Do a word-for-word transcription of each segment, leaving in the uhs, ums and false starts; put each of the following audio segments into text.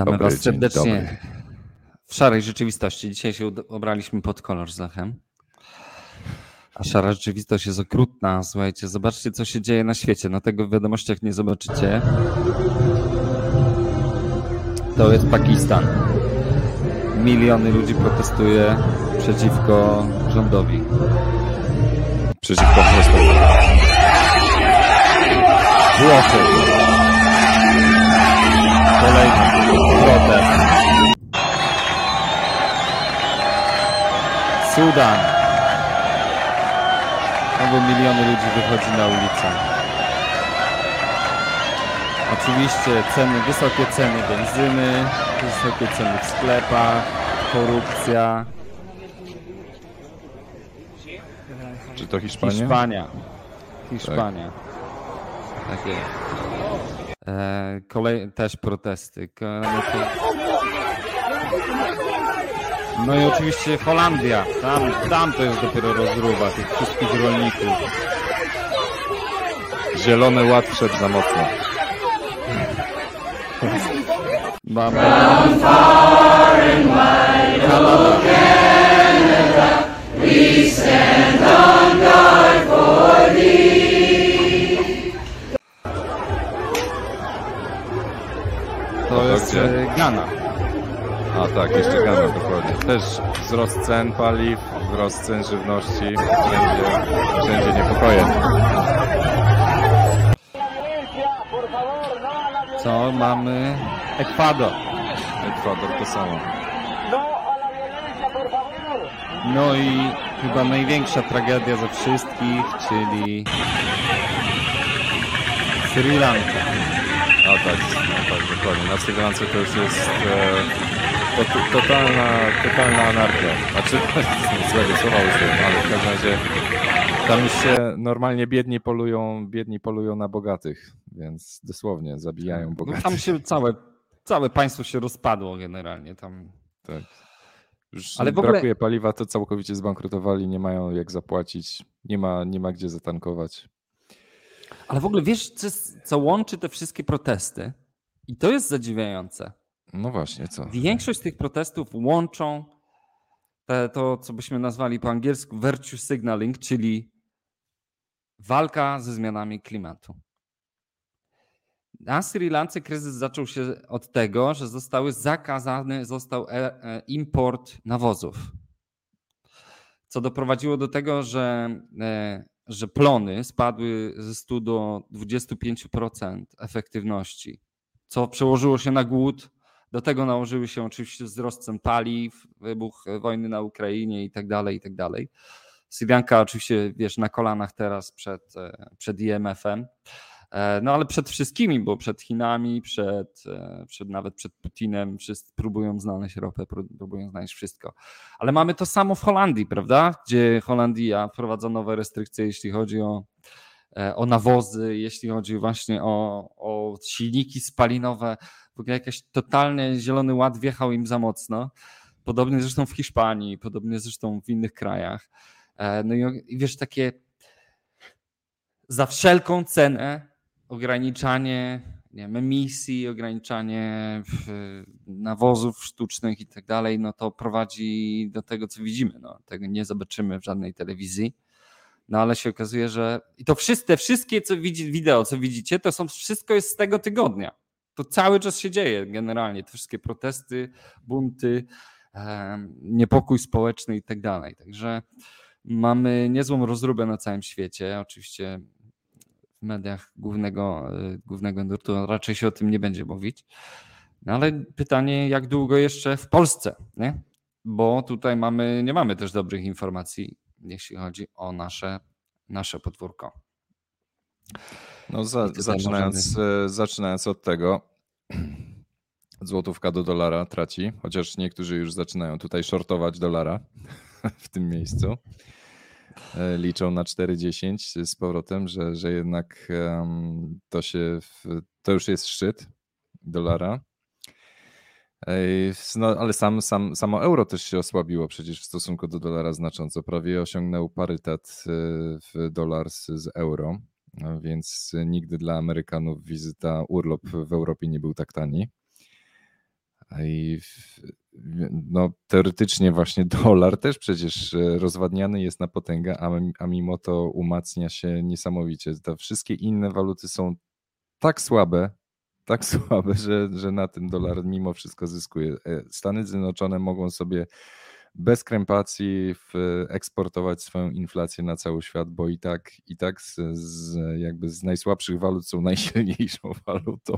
Witamy Dobry, Was serdecznie dobry. w szarej rzeczywistości. Dzisiaj się ubraliśmy pod kolor z Lechem. A szara rzeczywistość jest okrutna. Słuchajcie, zobaczcie, co się dzieje na świecie. No tego w wiadomościach nie zobaczycie. To jest Pakistan. Miliony ludzi protestuje przeciwko rządowi. Przeciwko wzrostowi. Włochy. Kolejny protest. Sudan. Znowu miliony ludzi wychodzi na ulicę. Oczywiście ceny, wysokie ceny benzyny, wysokie ceny w sklepach, korupcja. Czy to Hiszpania? Hiszpania. Hiszpania. Tak, tak jest. E, kolej, też protesty. No i oczywiście Holandia. Tam, tam to jest dopiero rozruba tych wszystkich rolników. Zielony Ład wszedł za mocno. Mamy Kanada. To jest gdzie? Ghana. A tak, jeszcze Ghana, dokładnie. Też wzrost cen paliw, wzrost cen żywności, wszędzie, wszędzie niepokoje. Co mamy? Ekwador. Ekwador to samo. No i chyba największa tragedia ze wszystkich, czyli Sri Lanka. A tak, no tak, dokładnie. Na Sri Lance to już jest e, to, to, totalna, totalna anarchia. Znaczy, złego słowa użyłem, ale w każdym razie tam już się normalnie biedni polują, biedni polują na bogatych, więc dosłownie zabijają No bogatych. tam się całe, całe państwo się rozpadło generalnie tam. Tak. Już Ale w brakuje ogóle... paliwa, to całkowicie zbankrutowali, nie mają jak zapłacić, nie ma, nie ma gdzie zatankować. Ale w ogóle wiesz, co, co łączy te wszystkie protesty? I to jest zadziwiające. No właśnie, co? Większość z tych protestów łączą te, to, co byśmy nazwali po angielsku virtue signaling, czyli walka ze zmianami klimatu. Na Sri Lance kryzys zaczął się od tego, że zostały zakazany został import nawozów, co doprowadziło do tego, że, że plony spadły ze stu do dwudziestu pięciu procent efektywności, co przełożyło się na głód. Do tego nałożyły się oczywiście wzrost cen paliw, wybuch wojny na Ukrainie i tak dalej, i tak dalej. Sri Lanka oczywiście, wiesz, na kolanach teraz przed, przed I M F-em. No ale przed wszystkimi, bo przed Chinami, przed, przed nawet przed Putinem, wszyscy próbują znaleźć ropę, próbują znaleźć wszystko. Ale mamy to samo w Holandii, prawda? Gdzie Holandia wprowadza nowe restrykcje, jeśli chodzi o, o nawozy, jeśli chodzi właśnie o, o silniki spalinowe. W ogóle jakiś totalny zielony ład wjechał im za mocno. Podobnie zresztą w Hiszpanii, podobnie zresztą w innych krajach. No i wiesz, takie za wszelką cenę ograniczanie, nie wiem, emisji, ograniczanie nawozów sztucznych i tak dalej, no to prowadzi do tego, co widzimy. No, tego nie zobaczymy w żadnej telewizji. No ale się okazuje, że i to wszystkie, te wszystkie co widzi, wideo, co widzicie, to są wszystko jest z tego tygodnia. To cały czas się dzieje generalnie. Te wszystkie protesty, bunty, um, niepokój społeczny i tak dalej. Także mamy niezłą rozróbę na całym świecie. Oczywiście w mediach głównego, głównego nurtu raczej się o tym nie będzie mówić. No ale pytanie, jak długo jeszcze w Polsce, nie? Bo tutaj mamy, nie mamy też dobrych informacji, jeśli chodzi o nasze, nasze podwórko. No za, zaczynając, możemy... zaczynając od tego, złotówka do dolara traci, chociaż niektórzy już zaczynają tutaj shortować dolara w tym miejscu. Liczą na cztery dziesięć z powrotem, że, że jednak um, to się, to już jest szczyt dolara. No, ale sam, sam, samo euro też się osłabiło przecież w stosunku do dolara znacząco. Prawie osiągnął parytet w dolar z, z euro, więc nigdy dla Amerykanów wizyta, urlop w Europie nie był tak tani. I no, teoretycznie właśnie dolar też przecież rozwadniany jest na potęgę, a, a mimo to umacnia się niesamowicie. Te wszystkie inne waluty są tak słabe, tak słabe, że, że na tym dolar mimo wszystko zyskuje. Stany Zjednoczone mogą sobie bez krępacji eksportować swoją inflację na cały świat, bo i tak, i tak z, z, jakby z najsłabszych walut są najsilniejszą walutą.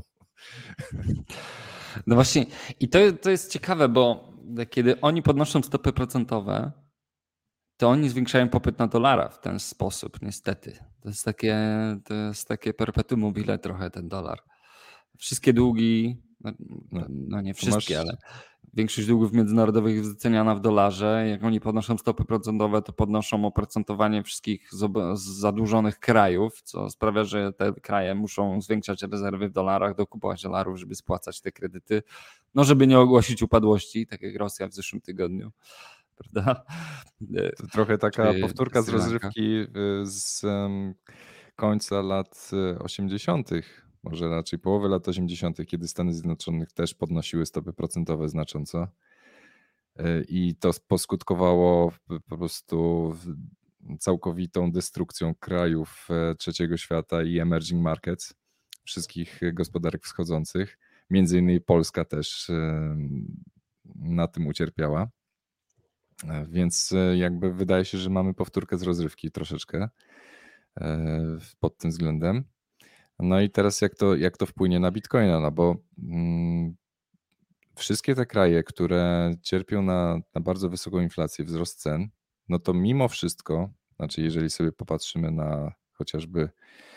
No właśnie, i to, to jest ciekawe, bo kiedy oni podnoszą stopy procentowe, to oni zwiększają popyt na dolara w ten sposób, niestety. To jest takie, to jest takie perpetuum mobile trochę ten dolar. Wszystkie długi, no, no nie wszystkie, masz... ale większość długów międzynarodowych jest wyceniana w dolarze. Jak oni podnoszą stopy procentowe, to podnoszą oprocentowanie wszystkich zadłużonych krajów, co sprawia, że te kraje muszą zwiększać rezerwy w dolarach, dokupować dolarów, żeby spłacać te kredyty, no żeby nie ogłosić upadłości, tak jak Rosja w zeszłym tygodniu. Prawda? To trochę taka Czy powtórka z rozrywki z końca lat osiemdziesiątych. Może raczej połowy lat osiemdziesiątych, kiedy Stany Zjednoczone też podnosiły stopy procentowe znacząco. I to poskutkowało po prostu całkowitą destrukcją krajów trzeciego świata i emerging markets, wszystkich gospodarek wschodzących. Między innymi Polska też na tym ucierpiała. Więc jakby wydaje się, że mamy powtórkę z rozrywki troszeczkę pod tym względem. No i teraz jak to, jak to wpłynie na Bitcoina, no bo mm, wszystkie te kraje, które cierpią na, na bardzo wysoką inflację, wzrost cen, no to mimo wszystko, znaczy jeżeli sobie popatrzymy na chociażby,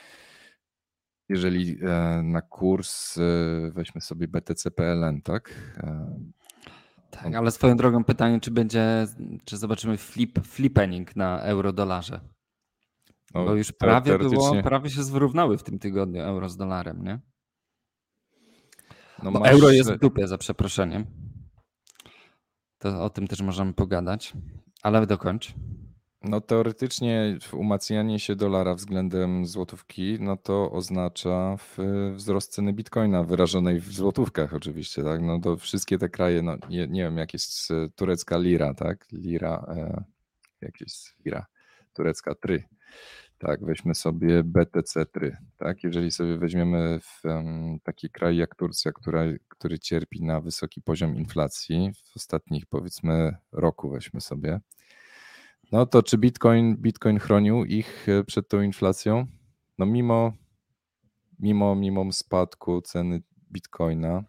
jeżeli e, na kurs e, weźmy sobie B T C P L N, tak? E, tak, ale swoją drogą pytanie, czy będzie, czy zobaczymy flip, flipening na euro-dolarze? No, bo już prawie teoretycznie... było, prawie się zrównały w tym tygodniu euro z dolarem, nie? No bo masz... euro jest w dupie, za przeproszeniem. To o tym też możemy pogadać, ale dokończ. No teoretycznie umacnianie się dolara względem złotówki, no to oznacza wzrost ceny bitcoina wyrażonej w złotówkach oczywiście, tak? No to wszystkie te kraje, no nie, nie wiem, jak jest turecka lira, tak? Lira, e, jak jest lira, turecka try. Tak, weźmy sobie B T C trzy, tak? Jeżeli sobie weźmiemy w, um, taki kraj jak Turcja, która, który cierpi na wysoki poziom inflacji w ostatnich powiedzmy roku, weźmy sobie, no to czy Bitcoin, Bitcoin chronił ich przed tą inflacją? No mimo, mimo, mimo spadku ceny Bitcoina,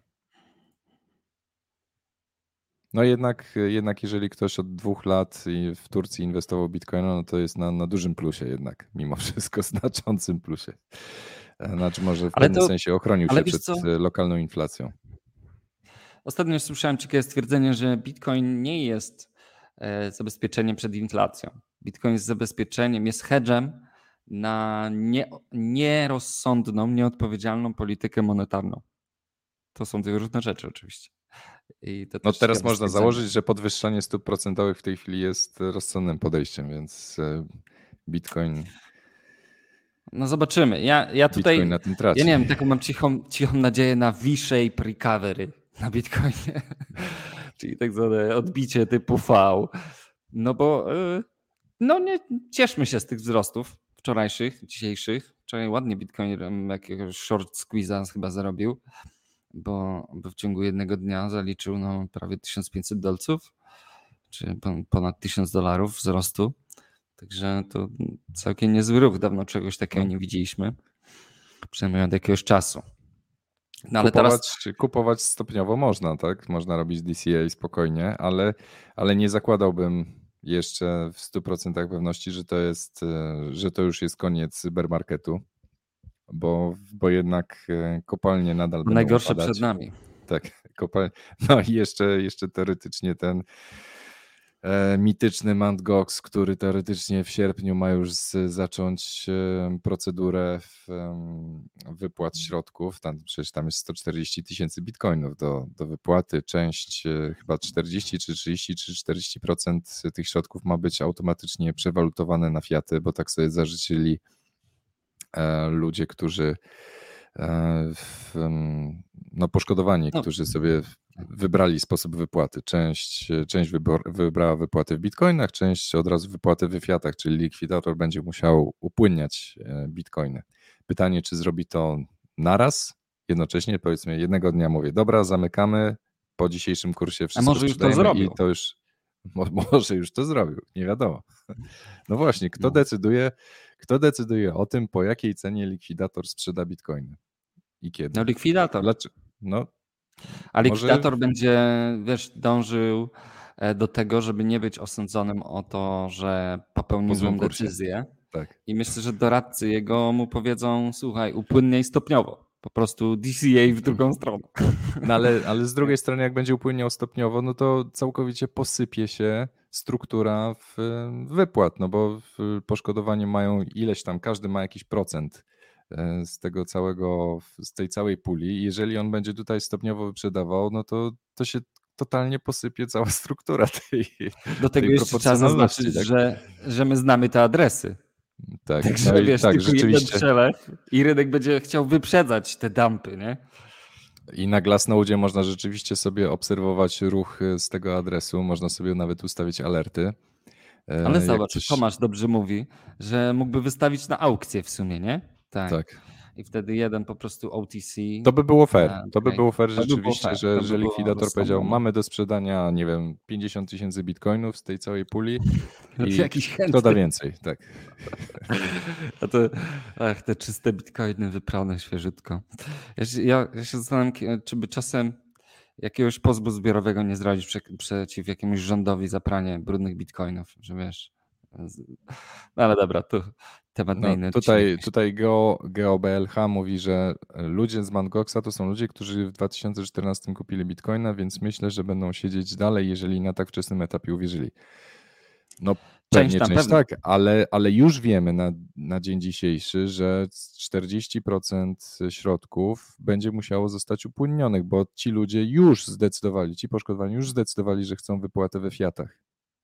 no jednak, jednak jeżeli ktoś od dwóch lat w Turcji inwestował Bitcoina, no to jest na, na dużym plusie jednak, mimo wszystko znaczącym plusie. Znaczy może w ale pewnym to, sensie ochronił się przed co? lokalną inflacją. Ostatnio słyszałem ciekawe stwierdzenie, że Bitcoin nie jest zabezpieczeniem przed inflacją. Bitcoin jest zabezpieczeniem, jest hedżem na nie, nierozsądną, nieodpowiedzialną politykę monetarną. To są dwie różne rzeczy oczywiście. I to no teraz można założyć, że podwyższanie stóp procentowych w tej chwili jest rozsądnym podejściem, więc Bitcoin... No zobaczymy. Ja, ja tutaj, Bitcoin na tym traci. Ja nie wiem, taką mam cichą, cichą nadzieję na V-shape recovery na Bitcoinie. Czyli tak zwane odbicie typu V. No bo no nie, cieszmy się z tych wzrostów wczorajszych, dzisiejszych. Wczoraj ładnie Bitcoin jakiegoś short squeeze'a chyba zarobił. Bo, bo w ciągu jednego dnia zaliczył no, prawie tysiąc pięćset dolców, czy ponad tysiąc dolarów wzrostu. Także to całkiem niezły ruch. Dawno czegoś takiego nie widzieliśmy. Przynajmniej od jakiegoś czasu. No, ale kupować, teraz... kupować stopniowo można, tak? Można robić D C A spokojnie, ale, ale nie zakładałbym jeszcze w stu procentach pewności, że to jest, że to już jest koniec cybermarketu. Bo, bo jednak kopalnie nadal będą najgorsze upadać. Przed nami. Tak, kopalnie. No i jeszcze, jeszcze teoretycznie ten e, mityczny Mt. Gox, który teoretycznie w sierpniu ma już z, zacząć e, procedurę w, e, wypłat środków. Tam, przecież tam jest sto czterdzieści tysięcy bitcoinów do, do wypłaty. Część e, chyba czterdzieści czy trzydzieści czy czterdzieści procent tych środków ma być automatycznie przewalutowane na fiaty, bo tak sobie zażyczyli ludzie, którzy no, poszkodowani, no, którzy sobie wybrali sposób wypłaty. Część, część wybor, wybrała wypłaty w bitcoinach, część od razu wypłaty w fiatach, czyli likwidator będzie musiał upłynniać bitcoiny. Pytanie, czy zrobi to naraz, jednocześnie powiedzmy jednego dnia mówię, dobra, zamykamy, po dzisiejszym kursie wszystko A może już to sprzedajemy zrobił? i to już, może już to zrobił, nie wiadomo. No właśnie, kto No. decyduje, kto decyduje o tym, po jakiej cenie likwidator sprzeda bitcoiny i kiedy? No likwidator. Dlaczego? No, A może- likwidator będzie, wiesz, dążył e, do tego, żeby nie być osądzonym o to, że popełnił Po złym złą kursie. decyzję. tak. I myślę, że doradcy jego mu powiedzą, słuchaj, upłynnie i stopniowo. Po prostu D C A w drugą stronę. No ale, ale z drugiej strony, jak będzie upłyniał stopniowo, no to całkowicie posypie się struktura w, w wypłat, no bo w poszkodowanie mają ileś tam, każdy ma jakiś procent e, z tego całego, z tej całej puli. Jeżeli on będzie tutaj stopniowo wyprzedawał, no to, to się totalnie posypie cała struktura tej, Do tego tej jeszcze trzeba proporcjonalności, zaznaczyć, tak? że, że my znamy te adresy. Tak, Także no i wiesz, tak, tylko jeden rzeczywiście. przelew i rynek będzie chciał wyprzedzać te dumpy, nie? I na Glassnode można rzeczywiście sobie obserwować ruch z tego adresu, można sobie nawet ustawić alerty. E, Ale jak zobacz, coś- Tomasz dobrze mówi, że mógłby wystawić na aukcję w sumie, nie? Tak. Tak. I wtedy jeden po prostu O T C. To by było fair. A, To by okej. było fair To by było rzeczywiście, fair. że, To by że było likwidator powiedział, rozsądne. mamy do sprzedania, nie wiem, pięćdziesiąt tysięcy bitcoinów z tej całej puli i Jakiś kto da chętny. więcej. Tak. A to, ach, te czyste bitcoiny wyprane świeżutko. Ja się, ja, ja się zastanawiam, kie- czy by czasem jakiegoś pozwu zbiorowego nie zrobić prze, przeciw jakiemuś rządowi za pranie brudnych bitcoinów, że wiesz. z- No ale dobra, to temat na No, inny tutaj odcinek. tutaj Geo, GeoBLH mówi, że ludzie z Mt. Goxa to są ludzie, którzy w dwa tysiące czternastym kupili bitcoina, więc myślę, że będą siedzieć dalej, jeżeli na tak wczesnym etapie uwierzyli. No pewnie tam, część pewnie. tak, ale, ale już wiemy na, na dzień dzisiejszy, że czterdzieści procent środków będzie musiało zostać upłynnionych, bo ci ludzie już zdecydowali, ci poszkodowani już zdecydowali, że chcą wypłatę we fiatach.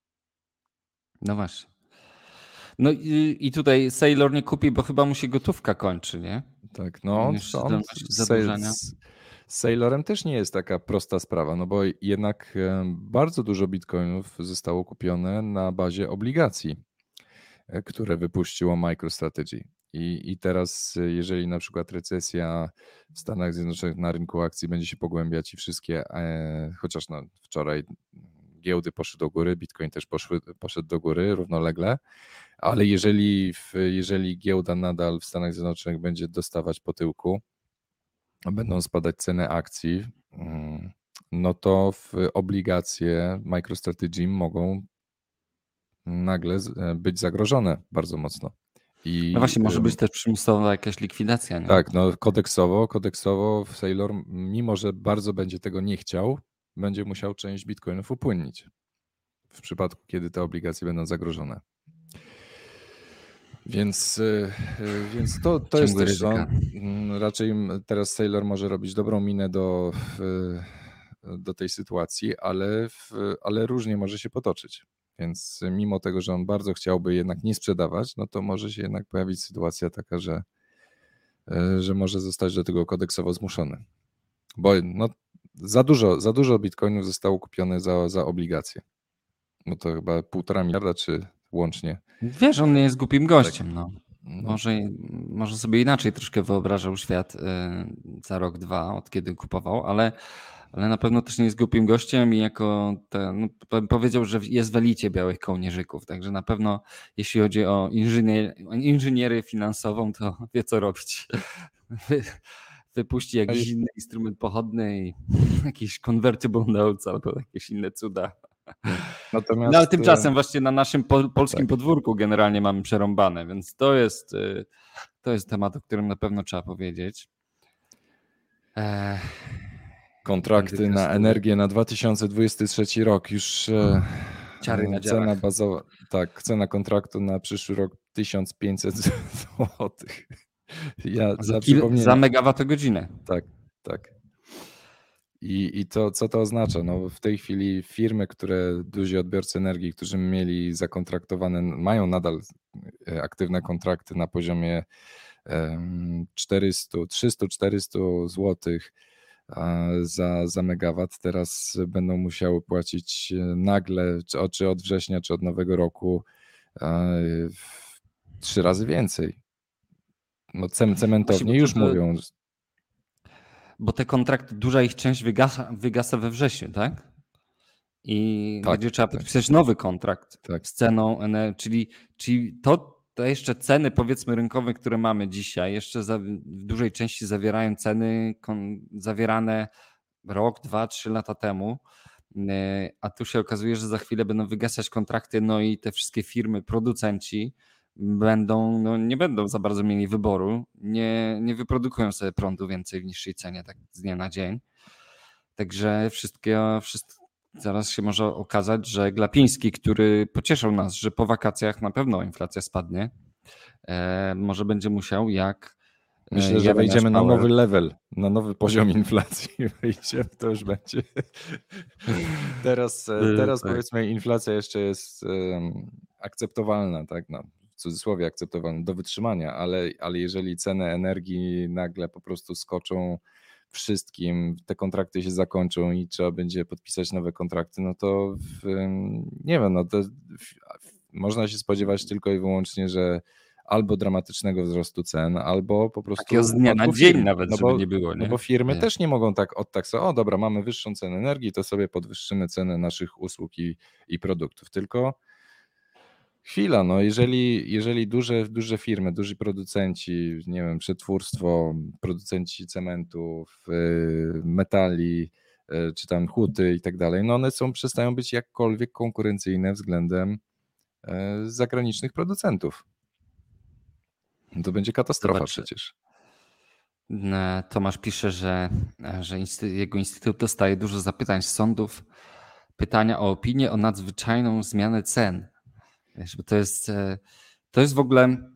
No właśnie. No i, i tutaj Sailor nie kupi, bo chyba mu się gotówka kończy, nie? Tak, no Już to on zdolność z, zadłużania. z, z Sailorem też nie jest taka prosta sprawa, no bo jednak e, bardzo dużo bitcoinów zostało kupione na bazie obligacji, e, które wypuściło MicroStrategy. I, I teraz, e, jeżeli na przykład recesja w Stanach Zjednoczonych na rynku akcji będzie się pogłębiać i wszystkie, e, chociaż no, wczoraj giełdy poszły do góry, Bitcoin też poszły, poszedł do góry równolegle, ale jeżeli, w, jeżeli giełda nadal w Stanach Zjednoczonych będzie dostawać po tyłku, będą spadać ceny akcji, mm, no to w obligacje MicroStrategy mogą nagle z- e, być zagrożone bardzo mocno. I, No właśnie, może ym, być też przymusowa jakaś likwidacja, nie? Tak, no kodeksowo, kodeksowo w Sailor, mimo że bardzo będzie tego nie chciał, będzie musiał część bitcoinów upłynnić w przypadku, kiedy te obligacje będą zagrożone. Więc, y, y, więc to, to jest Ciągłe też, no, ryzyka. mm, raczej m- teraz Sailor może robić dobrą minę do, y, do tej sytuacji, ale, w, ale różnie może się potoczyć. Więc mimo tego, że on bardzo chciałby jednak nie sprzedawać, no to może się jednak pojawić sytuacja taka, że, y, że może zostać do tego kodeksowo zmuszony. Bo no, za dużo, za dużo bitcoinów zostało kupione za, za obligacje. No to chyba półtora miliarda, czy łącznie. Wiesz, on nie jest głupim gościem, no. No, Może, może sobie inaczej troszkę wyobrażał świat y, za rok, dwa, od kiedy kupował, ale, ale na pewno też nie jest głupim gościem i jako te, no, p- powiedział, że jest w elicie białych kołnierzyków, także na pewno jeśli chodzi o inżynier, inżynierię finansową, to wie co robić. Wy, wypuści jakiś inny instrument pochodny i jakiś convertible notes albo jakieś inne cuda. natomiast, No ale tymczasem właśnie na naszym po, polskim tak. podwórku generalnie mamy przerąbane, więc to jest, y, to jest temat, o którym na pewno trzeba powiedzieć. Eee, kontrakty Będę na testował. energię na dwa tysiące dwudziesty trzeci rok już e, Ciary na cena działach. bazowa, tak, cena kontraktu na przyszły rok tysiąc pięćset złotych. Ja Za, dla kil, przypomnienia, za megawattogodzinę. tak, tak. I, I to co to oznacza? No w tej chwili firmy, które duzi odbiorcy energii, którzy mieli zakontraktowane, mają nadal e, aktywne kontrakty na poziomie em, czterysta, trzysta, czterysta złotych za, za megawat, teraz będą musiały płacić nagle, czy, czy od września, czy od nowego roku trzy razy więcej. No, cementownie już mówią. Bo te kontrakty, duża ich część wygasa, wygasa we wrześniu, tak? I tak, będzie trzeba podpisać tak. nowy kontrakt tak. z ceną, czyli, czyli to, to jeszcze ceny powiedzmy rynkowe, które mamy dzisiaj, jeszcze za, w dużej części zawierają ceny kon, zawierane rok, dwa, trzy lata temu, a tu się okazuje, że za chwilę będą wygasać kontrakty, no i te wszystkie firmy, producenci będą, no nie będą za bardzo mieli wyboru, nie, nie wyprodukują sobie prądu więcej w niższej cenie tak z dnia na dzień. Także wszystkie, wszystko, zaraz się może okazać, że Glapiński, który pocieszał nas, że po wakacjach na pewno inflacja spadnie, e, może będzie musiał jak Myślę, że wejdziemy na nowy level, na nowy poziom inflacji. Wejdziemy, to już będzie. Teraz, teraz tak. powiedzmy inflacja jeszcze jest um, akceptowalna, tak, no, w cudzysłowie akceptowalna, do wytrzymania, ale, ale jeżeli ceny energii nagle po prostu skoczą wszystkim, te kontrakty się zakończą i trzeba będzie podpisać nowe kontrakty, no to w, nie wiem, no to w, można się spodziewać tylko i wyłącznie, że albo dramatycznego wzrostu cen, albo po prostu takiego z dnia na dzień firm. nawet, no żeby bo, nie było. Nie? No bo firmy nie. też nie mogą tak od tak sobie, o dobra, mamy wyższą cenę energii, to sobie podwyższymy cenę naszych usług i, i produktów, tylko chwila, no jeżeli, jeżeli duże, duże firmy, duży producenci, nie wiem, przetwórstwo, producenci cementów, metali, czy tam huty i tak dalej, no one są, przestają być jakkolwiek konkurencyjne względem zagranicznych producentów. To będzie katastrofa Zobacz, przecież. Tomasz pisze, że, że jego instytut dostaje dużo zapytań z sądów, pytania o opinię o nadzwyczajną zmianę cen. Wiesz, bo to jest, to jest w ogóle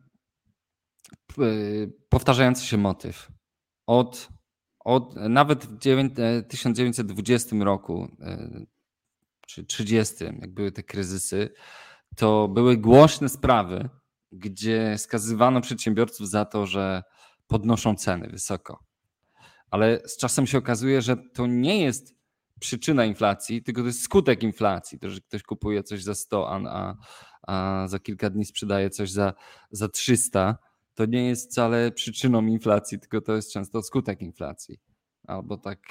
powtarzający się motyw. Od, od nawet w tysiąc dziewięćset dwudziestym roku czy trzydziestym, jak były te kryzysy, to były głośne sprawy, gdzie skazywano przedsiębiorców za to, że podnoszą ceny wysoko. Ale z czasem się okazuje, że to nie jest przyczyna inflacji, tylko to jest skutek inflacji. To, że ktoś kupuje coś za sto, a, a za kilka dni sprzedaje coś za, za trzysta, to nie jest wcale przyczyną inflacji, tylko to jest często skutek inflacji. Albo tak...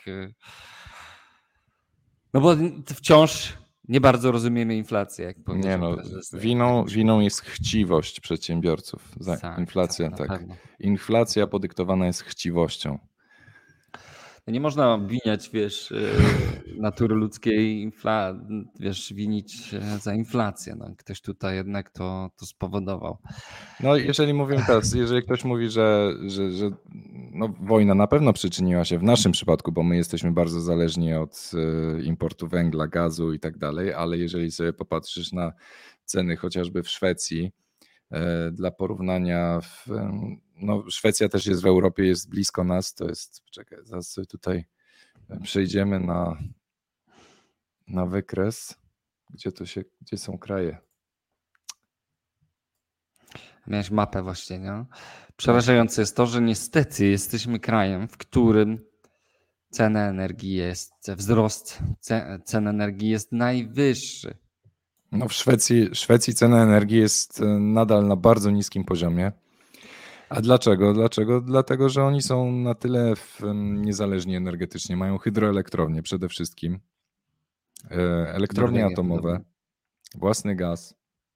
No bo wciąż nie bardzo rozumiemy inflację, jak powiedział. Nie no, winą, winą jest chciwość przedsiębiorców. Tak, inflacja, tak. tak. Inflacja podyktowana jest chciwością. No nie można obwiniać, wiesz, natury ludzkiej, infla, wiesz, winić za inflację. No, ktoś tutaj jednak to, to spowodował. No jeżeli mówimy teraz, jeżeli ktoś mówi, że, że, że no, wojna na pewno przyczyniła się w naszym przypadku, bo my jesteśmy bardzo zależni od importu węgla, gazu i tak dalej, ale jeżeli sobie popatrzysz na ceny chociażby w Szwecji, dla porównania, w, no Szwecja też jest w Europie, jest blisko nas, to jest, czekaj, zaraz sobie tutaj przejdziemy na, na wykres, gdzie to się, gdzie są kraje. Miałeś mapę właśnie, nie? Przerażające jest to, że niestety jesteśmy krajem, w którym cena energii jest, wzrost cen energii jest najwyższy. No w Szwecji, Szwecji cena energii jest nadal na bardzo niskim poziomie. A dlaczego? Dlaczego? Dlatego, że oni są na tyle niezależni energetycznie. Mają hydroelektrownie przede wszystkim, elektrownie Norwegia, atomowe, podobno. Własny gaz,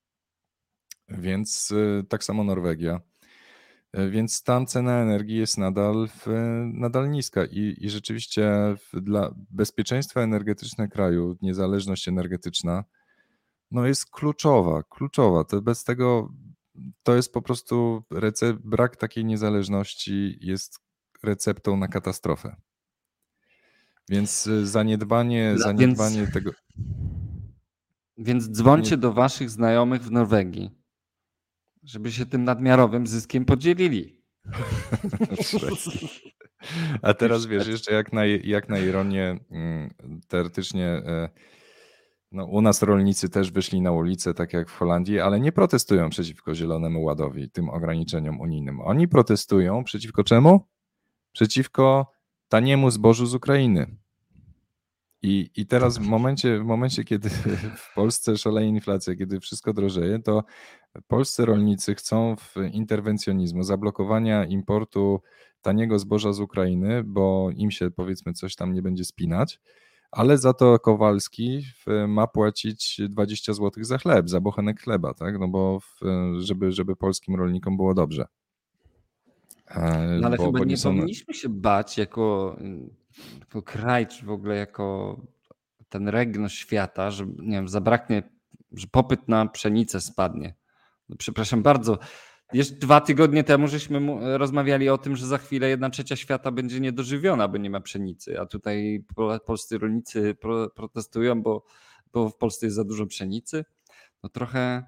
więc tak samo Norwegia. Więc tam cena energii jest nadal, nadal niska i, i rzeczywiście dla bezpieczeństwa energetycznego kraju niezależność energetyczna no jest kluczowa, kluczowa. To bez tego to jest po prostu recept, brak takiej niezależności jest receptą na katastrofę. Więc zaniedbanie, no, zaniedbanie więc, tego. Więc dzwońcie do waszych znajomych w Norwegii, żeby się tym nadmiarowym zyskiem podzielili. A teraz wiesz, jeszcze jak na, jak na ironię, teoretycznie no, u nas rolnicy też wyszli na ulicę, tak jak w Holandii, ale nie protestują przeciwko Zielonemu Ładowi, tym ograniczeniom unijnym. Oni protestują przeciwko czemu? Przeciwko taniemu zbożu z Ukrainy. I, I teraz w momencie, w momencie, kiedy w Polsce szaleje inflacja, kiedy wszystko drożeje, to polscy rolnicy chcą w interwencjonizmu, zablokowania importu taniego zboża z Ukrainy, bo im się powiedzmy coś tam nie będzie spinać, ale za to Kowalski ma płacić dwadzieścia złotych za chleb, za bochenek chleba, tak? No bo w, żeby, żeby polskim rolnikom było dobrze. No ale bo, chyba bo nie, nie są... powinniśmy się bać jako, jako kraj, czy w ogóle jako ten region świata, że nie wiem, zabraknie, że popyt na pszenicę spadnie. No, przepraszam bardzo. Jeszcze dwa tygodnie temu żeśmy mu- rozmawiali o tym, że za chwilę jedna trzecia świata będzie niedożywiona, bo nie ma pszenicy, a tutaj pol- polscy rolnicy pro, protestują, bo, bo w Polsce jest za dużo pszenicy. No trochę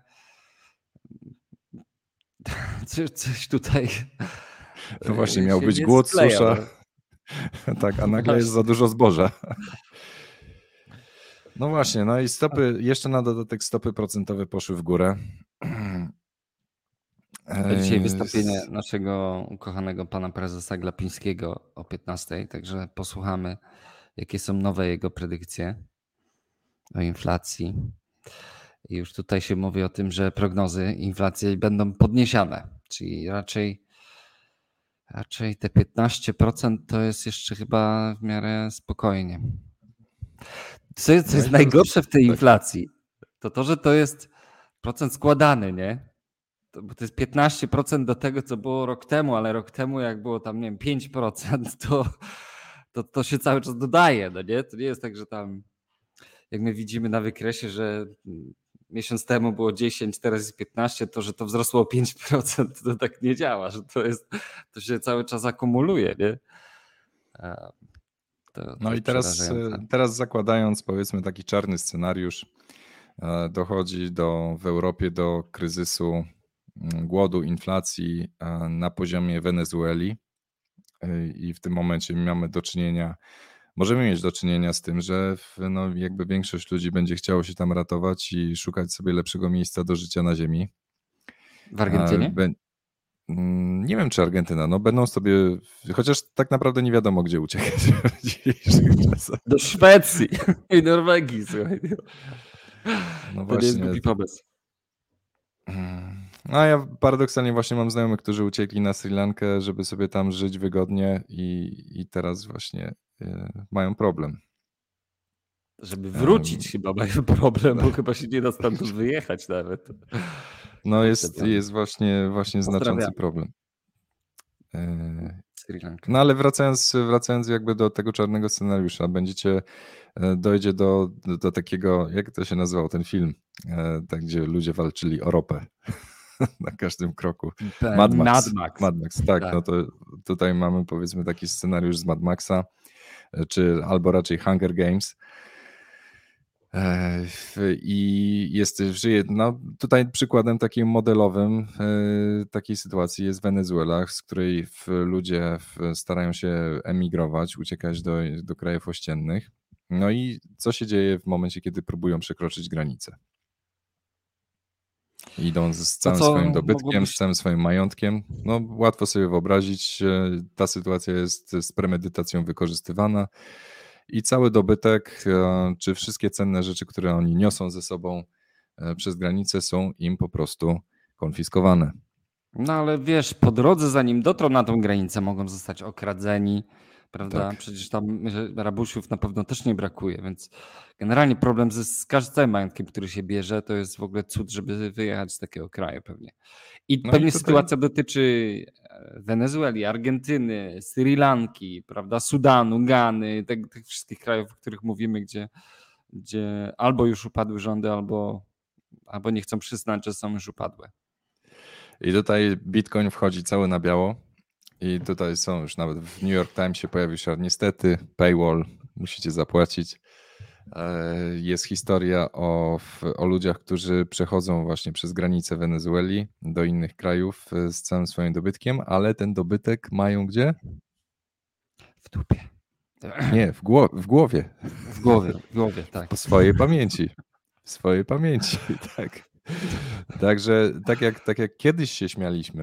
coś, coś tutaj. No właśnie, y, miał się być nie głód, skleja, susza. no. Tak, a nagle Właśnie. jest za dużo zboża. No właśnie, no i stopy, jeszcze na dodatek stopy procentowe poszły w górę. A dzisiaj Eee, wystąpienie naszego ukochanego pana prezesa Glapińskiego o piętnastej, także posłuchamy, jakie są nowe jego predykcje o inflacji. I już tutaj się mówi o tym, że prognozy inflacji będą podniesione, czyli raczej, raczej te piętnaście procent to jest jeszcze chyba w miarę spokojnie. Co jest, co No jest i teraz- najgorsze w tej tak. inflacji, to to, że to jest procent składany, nie? To, bo to jest piętnaście procent do tego, co było rok temu, ale rok temu jak było tam, nie wiem, pięć procent, to, to, to się cały czas dodaje, no nie? To nie jest tak, że tam, jak my widzimy na wykresie, że miesiąc temu było dziesięć, teraz jest piętnaście, to że to wzrosło o pięć procent, to tak nie działa, że to jest, to się cały czas akumuluje, nie? A To, to No i jest teraz, przerażające. teraz zakładając powiedzmy taki czarny scenariusz, e, dochodzi do, w Europie do kryzysu mm, głodu, inflacji e, na poziomie Wenezueli E, i w tym momencie mamy do czynienia, możemy mieć do czynienia z tym, że w, no, jakby większość ludzi będzie chciało się tam ratować i szukać sobie lepszego miejsca do życia na ziemi. W Argentynie? Be- mm, Nie wiem, czy Argentyna, no będą sobie, chociaż tak naprawdę nie wiadomo, gdzie uciekać w dzisiejszych czasach. Do Szwecji i Norwegii, słuchaj. No To nie jest właśnie. głupi pomysł. No a ja paradoksalnie właśnie mam znajomych, którzy uciekli na Sri Lankę, żeby sobie tam żyć wygodnie i, i teraz właśnie y, mają problem. Żeby wrócić Em, chyba mają problem, bo chyba się nie da stamtąd wyjechać nawet. No jest, Problem. jest właśnie, właśnie znaczący Pozdrawiam. problem. Y, Sri Lanka. No ale wracając, wracając jakby do tego czarnego scenariusza, będziecie, e, dojdzie do, do, do takiego, jak to się nazywał ten film, e, tak gdzie ludzie walczyli o ropę na każdym kroku. Mad Max. Mad Max. Mad Max, tak, Tak. no to tutaj mamy powiedzmy taki scenariusz z Mad Maxa, e, czy albo raczej Hunger Games. E, w- I jest, żyje, no tutaj przykładem takim modelowym e, takiej sytuacji jest Wenezuela, z której w, ludzie w, starają się emigrować, uciekać do, do krajów ościennych. No i co się dzieje w momencie, kiedy próbują przekroczyć granicę? Idą z, z całym co swoim dobytkiem, mogłoby z się- całym swoim majątkiem. No łatwo sobie wyobrazić, e, ta sytuacja jest z premedytacją wykorzystywana. I cały dobytek, e, czy wszystkie cenne rzeczy, które oni niosą ze sobą e, przez granicę, są im po prostu konfiskowane. No ale wiesz, po drodze zanim dotrą na tą granicę mogą zostać okradzeni, prawda? Tak. Przecież tam że rabusiów na pewno też nie brakuje, więc generalnie problem ze, z każdym majątkiem, który się bierze, to jest w ogóle cud, żeby wyjechać z takiego kraju pewnie. I No i pewnie tutaj- sytuacja dotyczy e, Wenezueli, Argentyny, Sri Lanki, prawda, Sudanu, Gany, tych, tych wszystkich krajów, o których mówimy, gdzie, gdzie albo już upadły rządy, albo, albo nie chcą przyznać, że są już upadłe. I tutaj Bitcoin wchodzi cały na biało. I tutaj są już nawet w New York Timesie pojawił się niestety paywall, musicie zapłacić. E, Jest historia o, w- o ludziach, którzy przechodzą właśnie przez granicę Wenezueli do innych krajów e, z całym swoim dobytkiem, ale ten dobytek mają gdzie? W dupie. Nie, w, gło- w głowie. W głowie, w głowie, tak. W swojej pamięci. W swojej pamięci, tak. Także tak jak, tak jak kiedyś się śmialiśmy,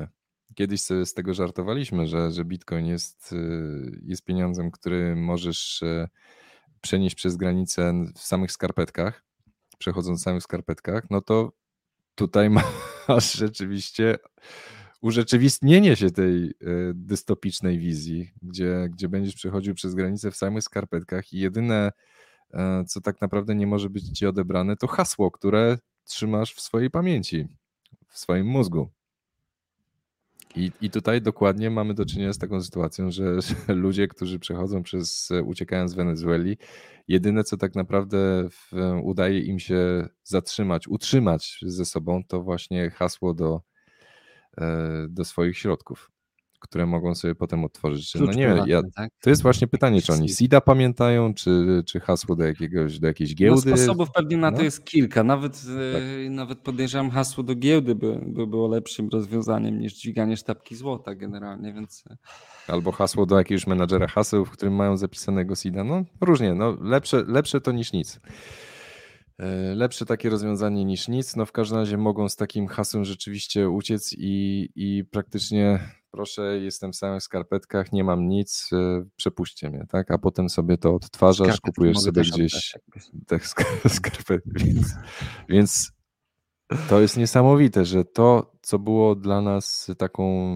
kiedyś sobie z tego żartowaliśmy, że, że Bitcoin jest, jest pieniądzem, który możesz przenieść przez granicę w samych skarpetkach, przechodząc w samych skarpetkach, no to tutaj masz rzeczywiście urzeczywistnienie się tej dystopicznej wizji, gdzie, gdzie będziesz przechodził przez granicę w samych skarpetkach i jedyne, co tak naprawdę nie może być ci odebrane, to hasło, które trzymasz w swojej pamięci, w swoim mózgu. I, I tutaj dokładnie mamy do czynienia z taką sytuacją, że, że ludzie, którzy przechodzą przez, uciekając z Wenezueli, jedyne co tak naprawdę w, udaje im się zatrzymać, utrzymać ze sobą, to właśnie hasło do, do swoich środków, które mogą sobie potem odtworzyć. No Klucz nie wiem, ja, prywatny, tak? to jest właśnie pytanie, czy oni Jakiś SIDA pamiętają, czy, czy hasło do jakiegoś, do jakiejś No giełdy. sposobów pewnie na to No, jest kilka. Nawet, tak. e, nawet podejrzewam hasło do giełdy by, by było lepszym rozwiązaniem niż dźwiganie sztabki złota generalnie, więc e, Albo hasło do jakiegoś menadżera haseł, w którym mają zapisanego SIDA. No różnie, no lepsze, lepsze to niż nic. E, Lepsze takie rozwiązanie niż nic. No w każdym razie mogą z takim hasłem rzeczywiście uciec i, i praktycznie proszę, jestem w samych skarpetkach, nie mam nic, e, przepuśćcie mnie, tak? A potem sobie to odtwarzasz, skarpetki kupujesz mogę sobie też oddać gdzieś jakbyś. te sk- skarpetki. Więc, więc to jest niesamowite, że to, co było dla nas taką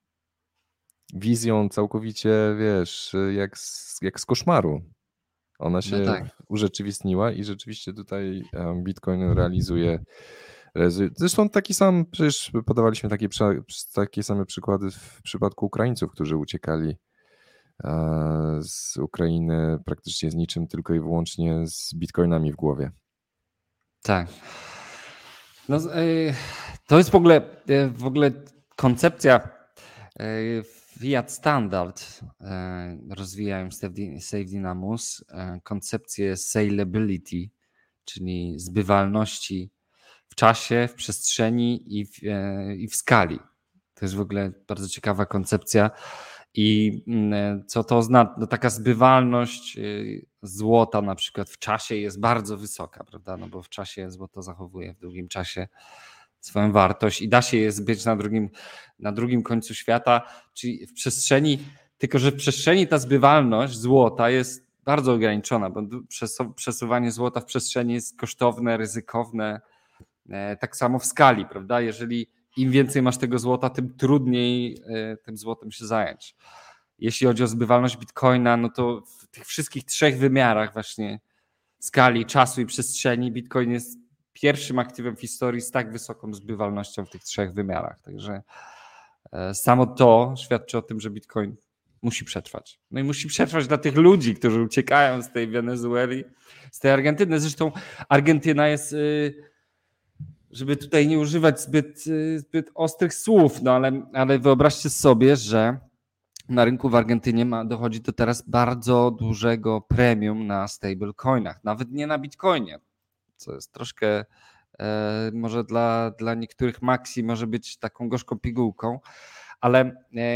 wizją całkowicie, wiesz, jak z, jak z koszmaru. Ona się No tak. urzeczywistniła i rzeczywiście tutaj em, Bitcoin realizuje. realizuje- Zresztą taki sam, przecież podawaliśmy takie, prze- takie same przykłady w przypadku Ukraińców, którzy uciekali e, z Ukrainy praktycznie z niczym, tylko i wyłącznie z bitcoinami w głowie. Tak. No, z- e, to jest w ogóle, e, w ogóle koncepcja e, Fiat Standard e, rozwijają Safety Safety Dynamus, e, koncepcję salability, czyli zbywalności w czasie, w przestrzeni i w, e, i w skali. To jest w ogóle bardzo ciekawa koncepcja. I mm, co to oznacza? No taka zbywalność y, złota na przykład w czasie jest bardzo wysoka, prawda? No bo w czasie złoto zachowuje w długim czasie swoją wartość i da się je zbyć na drugim, na drugim końcu świata, czyli w przestrzeni, tylko że w przestrzeni ta zbywalność złota jest bardzo ograniczona, bo przesu- przesuwanie złota w przestrzeni jest kosztowne, ryzykowne, e, tak samo w skali, prawda? Jeżeli im więcej masz tego złota, tym trudniej e, tym złotem się zająć. Jeśli chodzi o zbywalność bitcoina, no to w tych wszystkich trzech wymiarach właśnie skali, czasu i przestrzeni bitcoin jest pierwszym aktywem w historii z tak wysoką zbywalnością w tych trzech wymiarach. Także e, samo to świadczy o tym, że bitcoin musi przetrwać. No i musi przetrwać dla tych ludzi, którzy uciekają z tej Wenezueli, z tej Argentyny. Zresztą Argentyna jest, y, żeby tutaj nie używać zbyt, y, zbyt ostrych słów, no ale, ale wyobraźcie sobie, że na rynku w Argentynie ma, dochodzi do teraz bardzo dużego premium na stablecoinach, nawet nie na bitcoinie, co jest troszkę e, może dla, dla niektórych Maxi może być taką gorzką pigułką, ale e,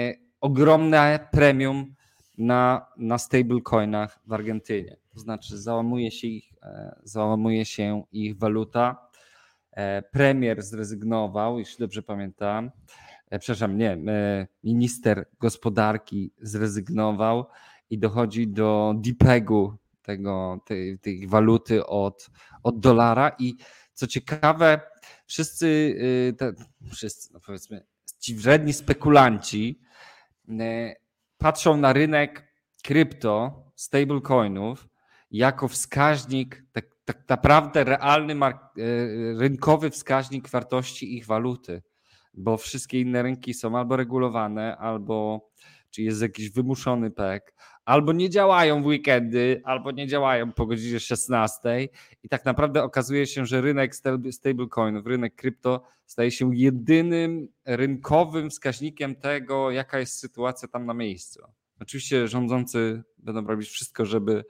ogromne premium na, na stablecoinach w Argentynie. To znaczy załamuje się ich, e, załamuje się ich waluta. E, premier zrezygnował, jeśli dobrze pamiętam. E, przepraszam, nie, e, minister gospodarki zrezygnował i dochodzi do dipegu tego, tej, tej waluty od, od dolara i co ciekawe, wszyscy, y, te, wszyscy no powiedzmy, ci wredni spekulanci y, patrzą na rynek krypto, stablecoinów jako wskaźnik, tak, tak naprawdę realny mark, y, rynkowy wskaźnik wartości ich waluty, bo wszystkie inne rynki są albo regulowane, albo czy jest jakiś wymuszony P E K, albo nie działają w weekendy, albo nie działają po godzinie szesnastej i tak naprawdę okazuje się, że rynek stablecoinów, rynek krypto staje się jedynym rynkowym wskaźnikiem tego, jaka jest sytuacja tam na miejscu. Oczywiście rządzący będą robić wszystko, żeby,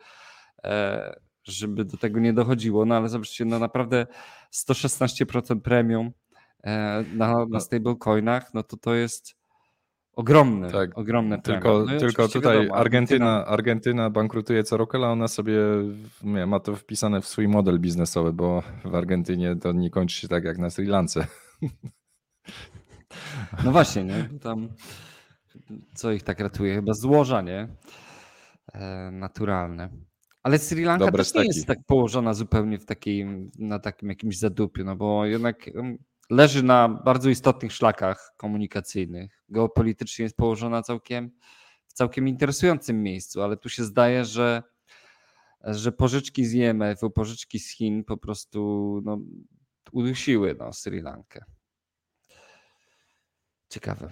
żeby do tego nie dochodziło, no ale zobaczcie, no naprawdę sto szesnaście procent premium na, na stablecoinach, no to to jest ogromny, Tak, ogromne tylko, no tylko tutaj wiadomo, Argentyna, Argentyna bankrutuje co roku, ale ona sobie nie, ma to wpisane w swój model biznesowy, bo w Argentynie to nie kończy się tak jak na Sri Lance. No właśnie, nie? Bo tam co ich tak ratuje? Chyba złoża, nie? E, naturalne. Ale Sri Lanka Dobre też nie jest steki. tak położona zupełnie w takim, na takim jakimś zadupiu, no bo jednak em, leży na bardzo istotnych szlakach komunikacyjnych. Geopolitycznie jest położona całkiem, w całkiem interesującym miejscu, ale tu się zdaje, że, że pożyczki z I M F-u, pożyczki z Chin po prostu no, udusiły no, Sri Lankę. Ciekawe.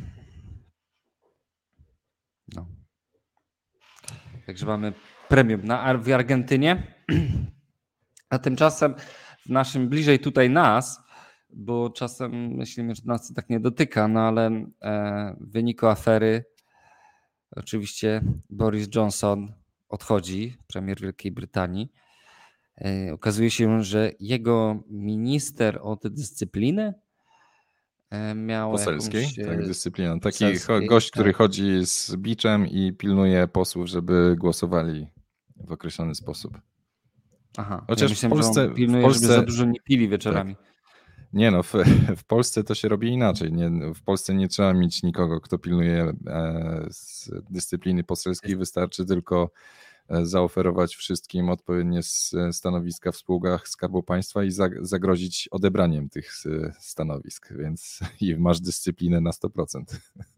No. Także mamy premium na, w Argentynie, a tymczasem w naszym, bliżej tutaj nas, bo czasem myślimy, że nas to tak nie dotyka, no ale e, w wyniku afery oczywiście Boris Johnson odchodzi, premier Wielkiej Brytanii. E, okazuje się, że jego minister od dyscypliny e, miał Poselskiej, jakąś... tak, e, dyscypliną. Taki poselskiej, gość, który tak. chodzi z biczem i pilnuje posłów, żeby głosowali w określony sposób. Aha, Chociaż ja w myślałem, Polsce, że on w pilnuje, Polsce żeby za dużo nie pili wieczorami. Tak. Nie no, w, w Polsce to się robi inaczej. Nie, w Polsce nie trzeba mieć nikogo, kto pilnuje e, z dyscypliny poselskiej. Wystarczy tylko e, zaoferować wszystkim odpowiednie s- stanowiska w spółkach Skarbu Państwa i za, zagrozić odebraniem tych s- stanowisk, więc i masz dyscyplinę na sto procent.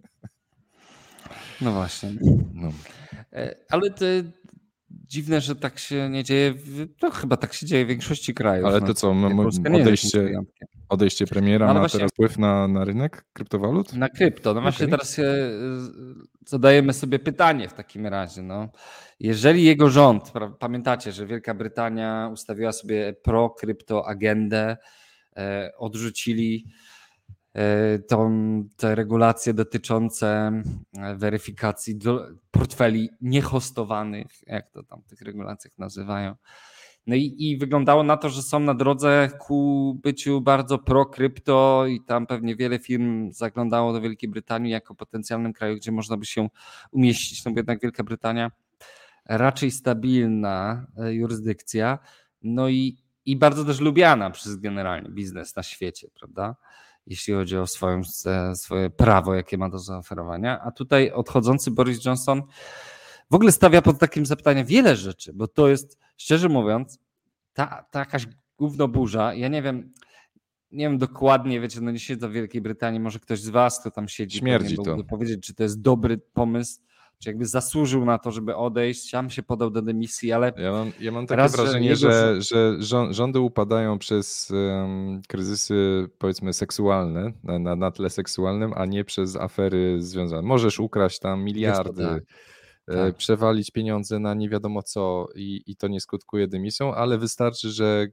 No właśnie. No. E, Ale to dziwne, że tak się nie dzieje. w- No chyba tak się dzieje w większości krajów. Ale no, to co, m- m- Polska nie jest jakimś odejście, wyjątkiem. odejście premiera No ale ma właśnie- teraz wpływ na, na rynek kryptowalut? Na krypto. No właśnie Okej. teraz się y, zadajemy sobie pytanie w takim razie. No. Jeżeli jego rząd, pra- pamiętacie, że Wielka Brytania ustawiła sobie pro-krypto agendę, e, odrzucili e, tą, te regulacje dotyczące e, weryfikacji do, portfeli niehostowanych, jak to tam w tych regulacjach nazywają. No i, i wyglądało na to, że są na drodze ku byciu bardzo pro-krypto i tam pewnie wiele firm zaglądało do Wielkiej Brytanii jako potencjalnym kraju, gdzie można by się umieścić, no bo jednak Wielka Brytania raczej stabilna e, jurysdykcja, no i, i bardzo też lubiana przez generalnie biznes na świecie, prawda? Jeśli chodzi o swoją, e, swoje prawo, jakie ma do zaoferowania. A tutaj odchodzący Boris Johnson w ogóle stawia pod takim zapytaniem wiele rzeczy, bo to jest, szczerze mówiąc, ta, ta jakaś gównoburza, ja nie wiem, nie wiem dokładnie, wiecie, no nie siedzę w Wielkiej Brytanii, może ktoś z was, kto tam siedzi, Śmierdzi pewnie mógłby to. powiedzieć, czy to jest dobry pomysł, czy jakby zasłużył na to, żeby odejść, sam się podał do dymisji, ale Ja mam, ja mam takie Raz, że wrażenie, jego że, że żo- rządy upadają przez um, kryzysy, powiedzmy, seksualne, na, na, na tle seksualnym, a nie przez afery związane. Możesz ukraść tam miliardy, tak, e, tak. przewalić pieniądze na nie wiadomo co i, i to nie skutkuje dymisją, ale wystarczy, że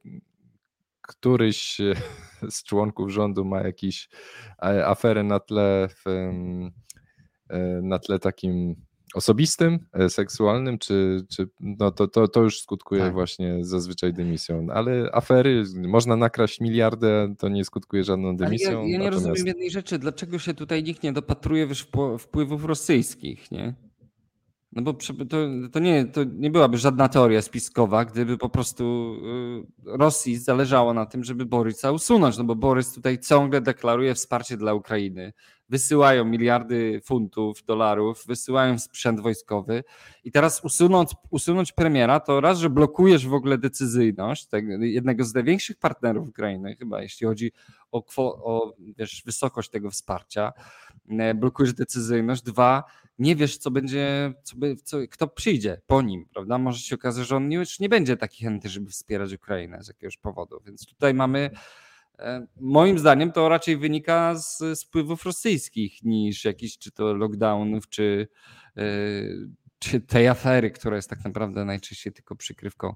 któryś e, z członków rządu ma jakieś e, aferę na tle, w, em, e, na tle takim osobistym, e, seksualnym, czy, czy no to, to, to już skutkuje Tak. właśnie zazwyczaj dymisją. Ale afery, można nakraść miliardę, to nie skutkuje żadną Ale ja, dymisją. ja nie natomiast rozumiem jednej rzeczy, dlaczego się tutaj nikt nie dopatruje wiesz, wpł- wpływów rosyjskich, nie? No bo przy- to, to, nie, to nie byłaby żadna teoria spiskowa, gdyby po prostu y, Rosji zależało na tym, żeby Borysa usunąć, no bo Borys tutaj ciągle deklaruje wsparcie dla Ukrainy. Wysyłają miliardy funtów, dolarów, wysyłają sprzęt wojskowy i teraz usunąć, usunąć premiera, to raz, że blokujesz w ogóle decyzyjność tego, jednego z największych partnerów Ukrainy, chyba jeśli chodzi o, kwo, o wiesz, wysokość tego wsparcia, e, blokujesz decyzyjność. Dwa, nie wiesz, co będzie, co, by- co, kto przyjdzie po nim, prawda? Może się okazać, że on już nie będzie taki chętny, żeby wspierać Ukrainę z jakiegoś powodu. Więc tutaj mamy, e, moim zdaniem, to raczej wynika z, z wpływów rosyjskich niż jakichś czy to lockdownów, czy, e, czy tej afery, która jest tak naprawdę najczęściej tylko przykrywką.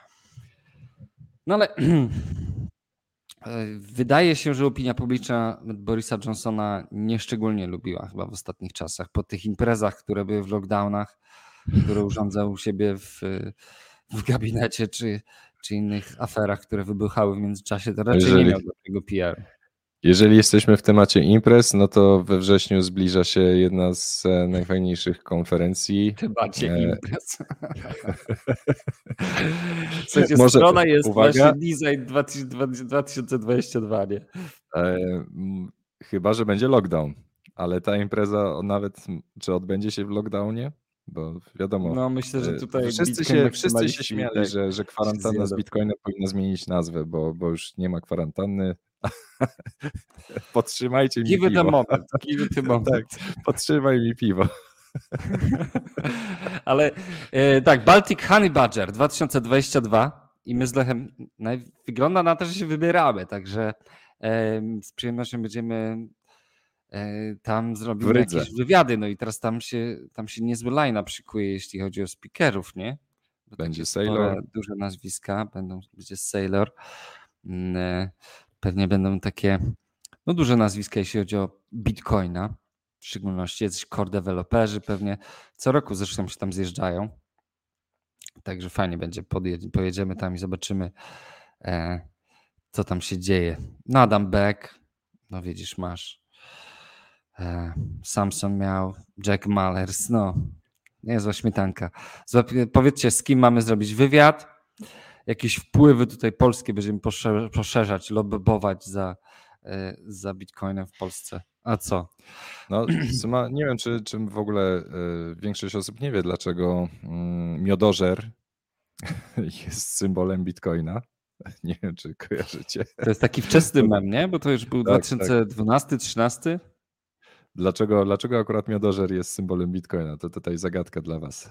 No ale wydaje się, że opinia publiczna Borisa Johnsona nieszczególnie lubiła chyba w ostatnich czasach. Po tych imprezach, które były w lockdownach, które urządzał u siebie w, w gabinecie, czy, czy innych aferach, które wybuchały w międzyczasie, to raczej Jeżeli- nie miał dobrego P R. jeżeli jesteśmy w temacie imprez, no to we wrześniu zbliża się jedna z e, najfajniejszych konferencji. Temacie E, imprez. W sensie Może- strona jest uwaga. właśnie Design dwa tysiące dwadzieścia dwa, nie? E, m, chyba, że będzie lockdown, ale ta impreza nawet, czy odbędzie się w lockdownie? Bo wiadomo, No myślę, że tutaj wszyscy Bitcoin się, wszyscy się maksymaliści śmiali, tak że, że się kwarantanna z zjadą. Bitcoinem powinna zmienić nazwę, bo, bo już nie ma kwarantanny. Podtrzymajcie mi Give it a piwo. moment, give it a moment. Tak, podtrzymaj mi piwo. Ale e, tak, Baltic Honey Badger dwa tysiące dwudziesty drugi i my z Lechem, naj, wygląda na to, że się wybieramy, także e, z przyjemnością będziemy e, tam zrobimy W Rydze. jakieś wywiady, no i teraz tam się, tam się niezły line-up szykuje, jeśli chodzi o speakerów, nie? Bo Będzie takie Sailor. spore, duże nazwiska, będą, będzie Sailor, e, pewnie będą takie no duże nazwiska, jeśli chodzi o Bitcoina, w szczególności jacyś core deweloperzy pewnie co roku zresztą się tam zjeżdżają. Także fajnie będzie, podjedzie, pojedziemy tam i zobaczymy, e, co tam się dzieje. No Adam Beck, no widzisz, masz. E, Samson miał, Jack Mallers, no niezła śmietanka. Złap- Powiedzcie, z kim mamy zrobić wywiad, jakieś wpływy tutaj polskie będziemy posze- poszerzać, lobbować za, e, za Bitcoinem w Polsce. A co? No, suma, nie wiem, czy, czy w ogóle y, większość osób nie wie, dlaczego y, miodożer jest symbolem Bitcoina. Nie wiem, czy kojarzycie. To jest taki wczesny mem, nie? Bo to już był Tak, dwa tysiące dwunasty trzynasty. Dlaczego, dlaczego akurat miodożer jest symbolem Bitcoina? To tutaj zagadka dla was.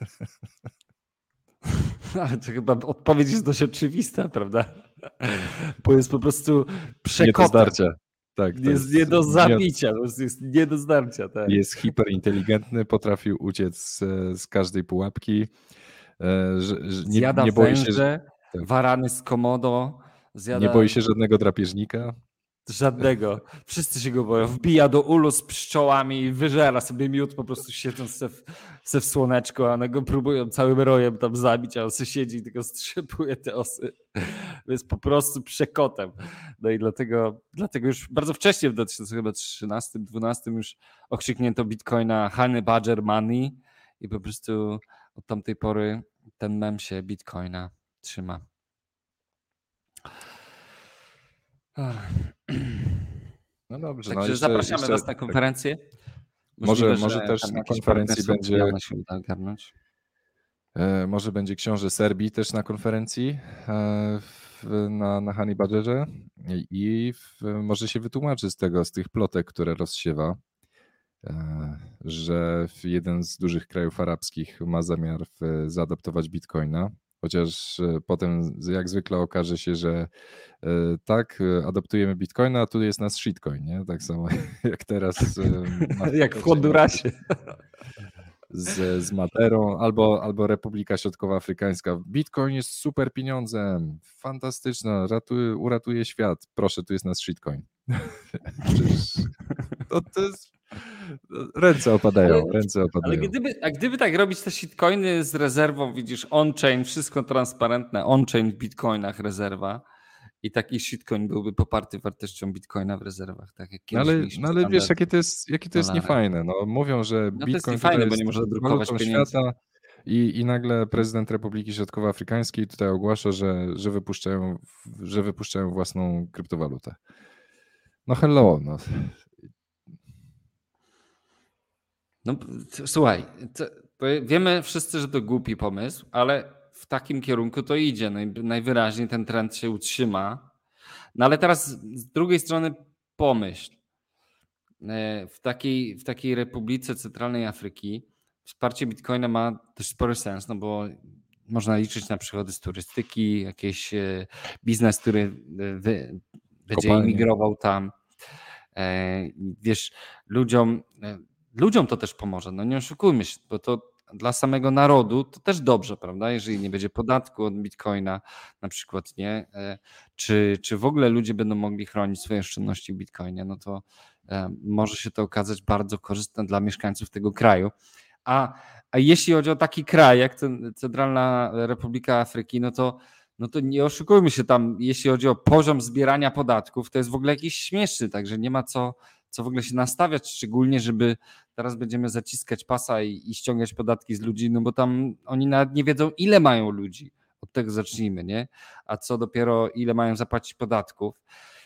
Ale to chyba odpowiedź jest dość oczywista, prawda? Bo jest po prostu przekotem. Nie do zdarcia. Tak, to Jest nie do miod- zabicia, po prostu jest nie do zdarcia. Tak. Jest hiperinteligentny, potrafił uciec z, z każdej pułapki. e, Że, że nie, Zjada nie, boi się, węże, tak. warany z komodo. Zjada... nie boi się żadnego drapieżnika. Żadnego. Wszyscy się go boją. Wbija do ulu z pszczołami i wyżera sobie miód, po prostu siedząc se w, se w słoneczku, a one go próbują całym rojem tam zabić, a on se siedzi i tylko strzepuje te osy. Jest po prostu przekotem. No i dlatego, dlatego już bardzo wcześnie w dwa tysiące trzynastym dwunastym już okrzyknięto Bitcoina Honey Badger Money i po prostu od tamtej pory ten mem się Bitcoina trzyma. No dobrze. Także no jeszcze, zapraszamy jeszcze, Was na konferencję. Może, Możliwe, może że też tam na jakieś konferencji partnerstwo będzie, medialne się uda ogarnąć. e, może będzie książę Serbii też na konferencji e, w, na, na Honey Badgerze i, i w, może się wytłumaczy z tego, z tych plotek, które rozsiewa, e, że jeden z dużych krajów arabskich ma zamiar w, zaadoptować Bitcoina. Chociaż e, potem jak zwykle okaże się, że e, tak, e, adoptujemy Bitcoina, a tu jest nasz shitcoin, nie? Tak samo jak teraz. e, ma- Jak w Hondurasie. z, z Materą, albo, albo Republika Środkowoafrykańska. Bitcoin jest super pieniądzem, fantastyczne, ratuje, uratuje świat. Proszę, tu jest nasz shitcoin. Przecież to, to jest... Ręce opadają, Ale- ręce Ale opadają. gdyby, a gdyby tak robić te shitcoiny z rezerwą, widzisz, on-chain, wszystko transparentne, on-chain w bitcoinach rezerwa i taki shitcoin byłby poparty wartością bitcoina w rezerwach, tak jak No kiedyś ale, mieliśmy no ale wiesz, standard. jakie to jest, jakie to jest dolara. niefajne. No, mówią, że No to jest Bitcoin niefajne, tutaj bo jest nie można drukować walutą pieniędzy. świata i, i nagle prezydent Republiki Środkowoafrykańskiej tutaj ogłasza, że, że, wypuszczają, że wypuszczają własną kryptowalutę. No hello, no. No t- słuchaj, to, to wiemy wszyscy, że to głupi pomysł, ale w takim kierunku to idzie. Naj, najwyraźniej ten trend się utrzyma. No ale teraz z drugiej strony pomyśl. E, W takiej, w takiej Republice Centralnej Afryki wsparcie Bitcoina ma też spory sens, no bo można liczyć na przychody z turystyki, jakiś e, biznes, który e, wy, będzie Kopalnie. imigrował tam. E, Wiesz, ludziom, e, ludziom to też pomoże, no nie oszukujmy się, bo to dla samego narodu to też dobrze, prawda? Jeżeli nie będzie podatku od Bitcoina na przykład, nie? E, Czy, czy w ogóle ludzie będą mogli chronić swoje oszczędności w Bitcoinie, no to e, może się to okazać bardzo korzystne dla mieszkańców tego kraju. A, a jeśli chodzi o taki kraj jak ten Centralna Republika Afryki, no to, no to nie oszukujmy się tam, jeśli chodzi o poziom zbierania podatków, to jest w ogóle jakiś śmieszny, także nie ma co, co w ogóle się nastawiać, szczególnie żeby teraz będziemy zaciskać pasa i, i ściągać podatki z ludzi, no bo tam oni nawet nie wiedzą, ile mają ludzi. Od tego zacznijmy, nie? A co dopiero ile mają zapłacić podatków.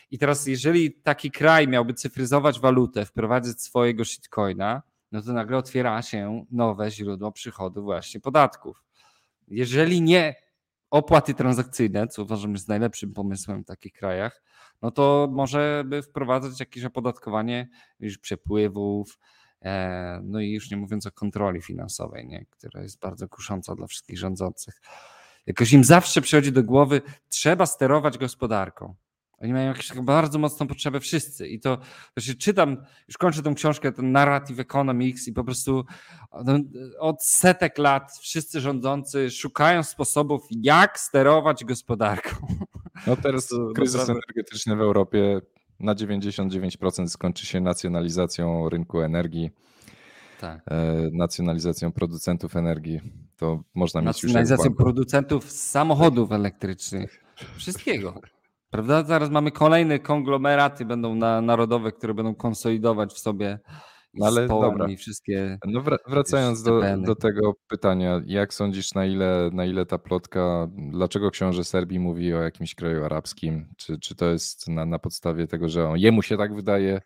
I teraz jeżeli taki kraj miałby cyfryzować walutę, wprowadzić swojego shitcoina, no to nagle otwiera się nowe źródło przychodu właśnie podatków. Jeżeli nie opłaty transakcyjne, co uważam jest najlepszym pomysłem w takich krajach, no to może by wprowadzać jakieś opodatkowanie już przepływów, e, no i już nie mówiąc o kontroli finansowej, nie? Która jest bardzo kusząca dla wszystkich rządzących. Jakoś im zawsze przychodzi do głowy, trzeba sterować gospodarką. Oni mają jakąś taką bardzo mocną potrzebę wszyscy i to, to się czytam, już kończę tą książkę, ten Narrative Economics i po prostu no, od setek lat wszyscy rządzący szukają sposobów, jak sterować gospodarką. No teraz To kryzys naprawdę- energetyczny w Europie na dziewięćdziesiąt dziewięć procent skończy się nacjonalizacją rynku energii, Tak. e, nacjonalizacją producentów energii. To można mieć już jak w Nacjonalizacją banku. producentów samochodów elektrycznych. Wszystkiego. Prawda? Zaraz mamy kolejne konglomeraty, będą na, narodowe, które będą konsolidować w sobie i No ale społem dobra. i wszystkie. No wra- wracając do, Stepeny. do tego pytania, jak sądzisz, na ile, na ile ta plotka, dlaczego książę Serbii mówi o jakimś kraju arabskim? Czy, czy to jest na, na podstawie tego, że on, jemu się tak wydaje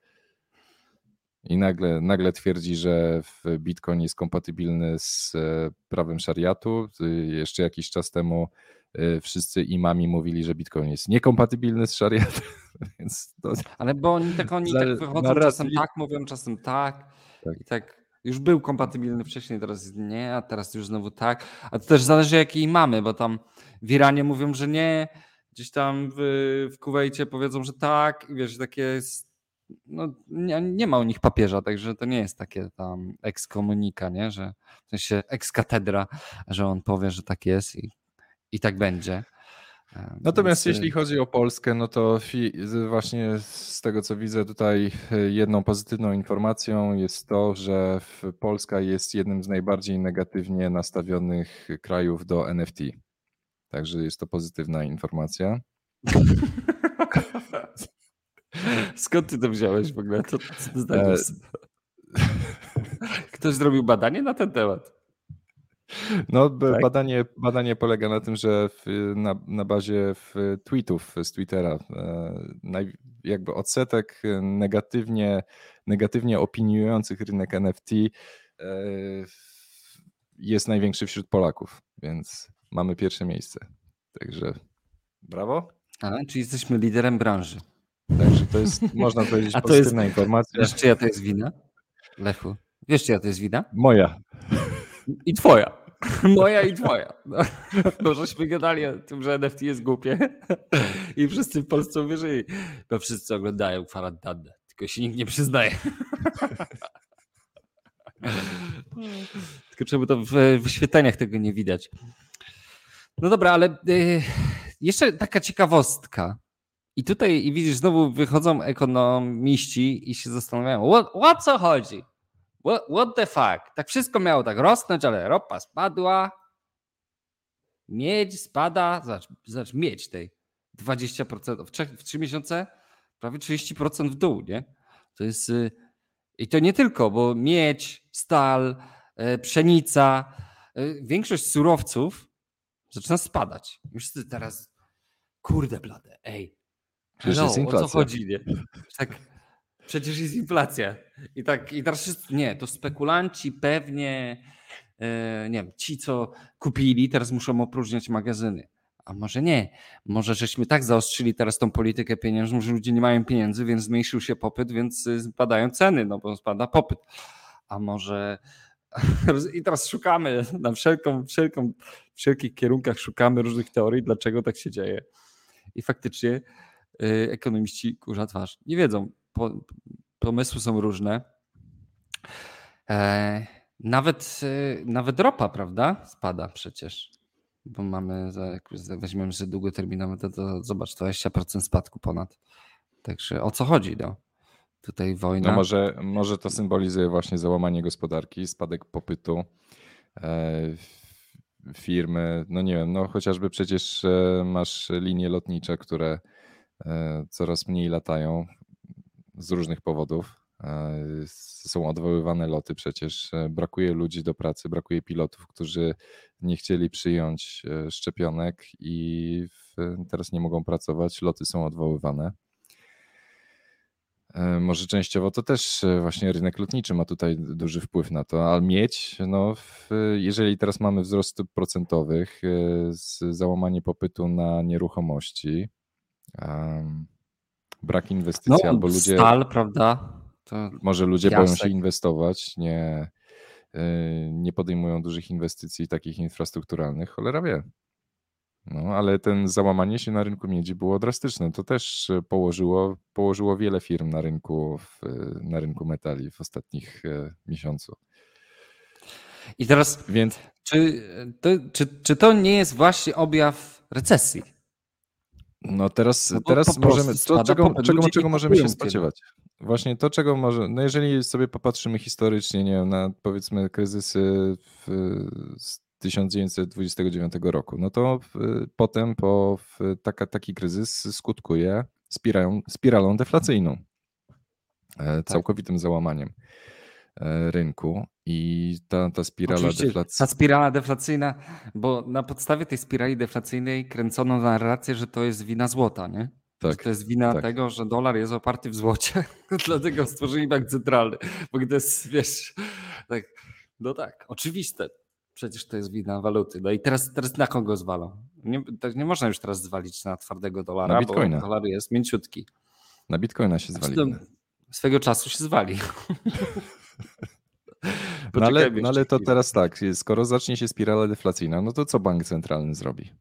i nagle, nagle twierdzi, że w Bitcoin jest kompatybilny z e, prawem szariatu? Y, Jeszcze jakiś czas temu y, wszyscy imami mówili, że Bitcoin jest niekompatybilny z szariatem, więc to, Ale bo oni tak, oni Za- tak wychodzą, narracji- czasem tak mówią, czasem tak. Tak. I tak już był kompatybilny wcześniej, teraz nie, a teraz już znowu tak. A to też zależy jakiej mamy, bo tam w Iranie mówią, że nie, gdzieś tam w, w Kuwejcie powiedzą, że tak. I wiesz, takie jest, no nie, nie ma u nich papieża, także to nie jest takie tam ekskomunika, nie, że w sensie ekskatedra, że on powie, że tak jest i, i tak będzie. E, Natomiast więc, jeśli chodzi o Polskę, no to fi- z- właśnie z tego co widzę tutaj y, jedną pozytywną informacją jest to, że w- Polska jest jednym z najbardziej negatywnie nastawionych krajów do N F T. Także jest to pozytywna informacja. Skąd ty to wziąłeś w ogóle? To, co to znaczy? E, Ktoś zrobił badanie na ten temat. No, b- Tak? badanie, badanie polega na tym, że w, na, na bazie w tweetów z Twittera e, naj, jakby odsetek negatywnie, negatywnie opiniujących rynek N F T e, jest największy wśród Polaków, więc mamy pierwsze miejsce. Także brawo. A, czyli jesteśmy liderem branży. Także to jest, można powiedzieć, A to jest- pozytywna informacja. Wiesz, czyja to jest wina? Lechu. Wiesz, czyja to jest wina? Moja. I twoja. Moja i twoja. No, bo żeśmy gadali o tym, że N F T jest głupie i wszyscy w Polsce uwierzyli. Bo wszyscy oglądają kwarantannę, tylko się nikt nie przyznaje. Tylko czemu to w wyświetleniach tego nie widać. No dobra, ale y, jeszcze taka ciekawostka. I tutaj i widzisz, znowu wychodzą ekonomiści i się zastanawiają, o, o co chodzi? What, what the fuck? Tak wszystko miało tak rosnąć, ale ropa spadła, miedź spada, zobacz, zobacz miedź tej dwadzieścia procent, w, trzech, w trzy miesiące prawie trzydzieści procent w dół, nie? To jest y, i to nie tylko, bo miedź, stal, y, pszenica, y, większość surowców zaczyna spadać. Już teraz, kurde blade, ej, Przecież hello, jest o co inflacja. chodzi, nie? Tak, przecież jest inflacja. I tak, i teraz wszyscy, nie, to spekulanci pewnie, e, nie wiem, ci co kupili, teraz muszą opróżniać magazyny. A może nie, może żeśmy tak zaostrzyli teraz tą politykę pieniężną, że ludzie nie mają pieniędzy, więc zmniejszył się popyt, więc y, spadają ceny, no bo spada popyt. A może i teraz szukamy na wszelką, wszelką, w wszelkich kierunkach szukamy różnych teorii, dlaczego tak się dzieje. I faktycznie y, ekonomiści kurza twarz nie wiedzą. Po, pomysły są różne. E, nawet, y, nawet ropa, prawda? Spada przecież. Bo mamy, za, jak weźmiemy sobie długoterminowe, to, to zobacz, dwadzieścia procent spadku ponad. Także o co chodzi? No? Tutaj wojna. No może, może to symbolizuje właśnie załamanie gospodarki, spadek popytu. E, firmy, no nie wiem, no chociażby przecież e, masz linie lotnicze, które e, coraz mniej latają z różnych powodów. E, są odwoływane loty przecież, e, brakuje ludzi do pracy, brakuje pilotów, którzy nie chcieli przyjąć e, szczepionek i w, teraz nie mogą pracować, loty są odwoływane. Może częściowo to też właśnie rynek lotniczy ma tutaj duży wpływ na to, ale miedź, no, jeżeli teraz mamy wzrost stóp procentowych, załamanie popytu na nieruchomości, um, brak inwestycji, No, albo ludzie, stal, prawda? To może ludzie boją się piasek. inwestować, nie, nie podejmują dużych inwestycji takich infrastrukturalnych, cholera wie. No, ale ten załamanie się na rynku miedzi było drastyczne. To też położyło, położyło wiele firm na rynku, w, na rynku metali w ostatnich miesiącu. I teraz, Więc czy to, czy, czy to nie jest właśnie objaw recesji? No teraz, No bo teraz po prostu możemy, to spada czego, popyt, czego, ludzie nie czego możemy się kupują tyle. spodziewać? Właśnie to, czego może, no jeżeli sobie popatrzymy historycznie, nie wiem, na powiedzmy kryzysy w, z tysiąc dziewięćset dwudziestego dziewiątego roku, no to w, potem po w, taka, taki kryzys skutkuje spiralą, spiralą deflacyjną, e, całkowitym załamaniem e, rynku i ta, ta spirala Oczywiście deflacji. ta spirala deflacyjna, bo na podstawie tej spirali deflacyjnej kręcono narrację, że to jest wina złota, nie? Tak, że to jest wina tak. tego, że dolar jest oparty w złocie, dlatego stworzyli bank centralny, bo to jest, wiesz, tak, no tak, oczywiste. Przecież to jest wina waluty. No i teraz, teraz na kogo zwalą? Nie, nie można już teraz zwalić na twardego dolara, Na Bitcoina. bo dolar jest mięciutki. Na Bitcoina się zwali. Znaczy, swego czasu się zwali. No ale, no ale to teraz tak, skoro zacznie się spirala deflacyjna, no to co bank centralny zrobi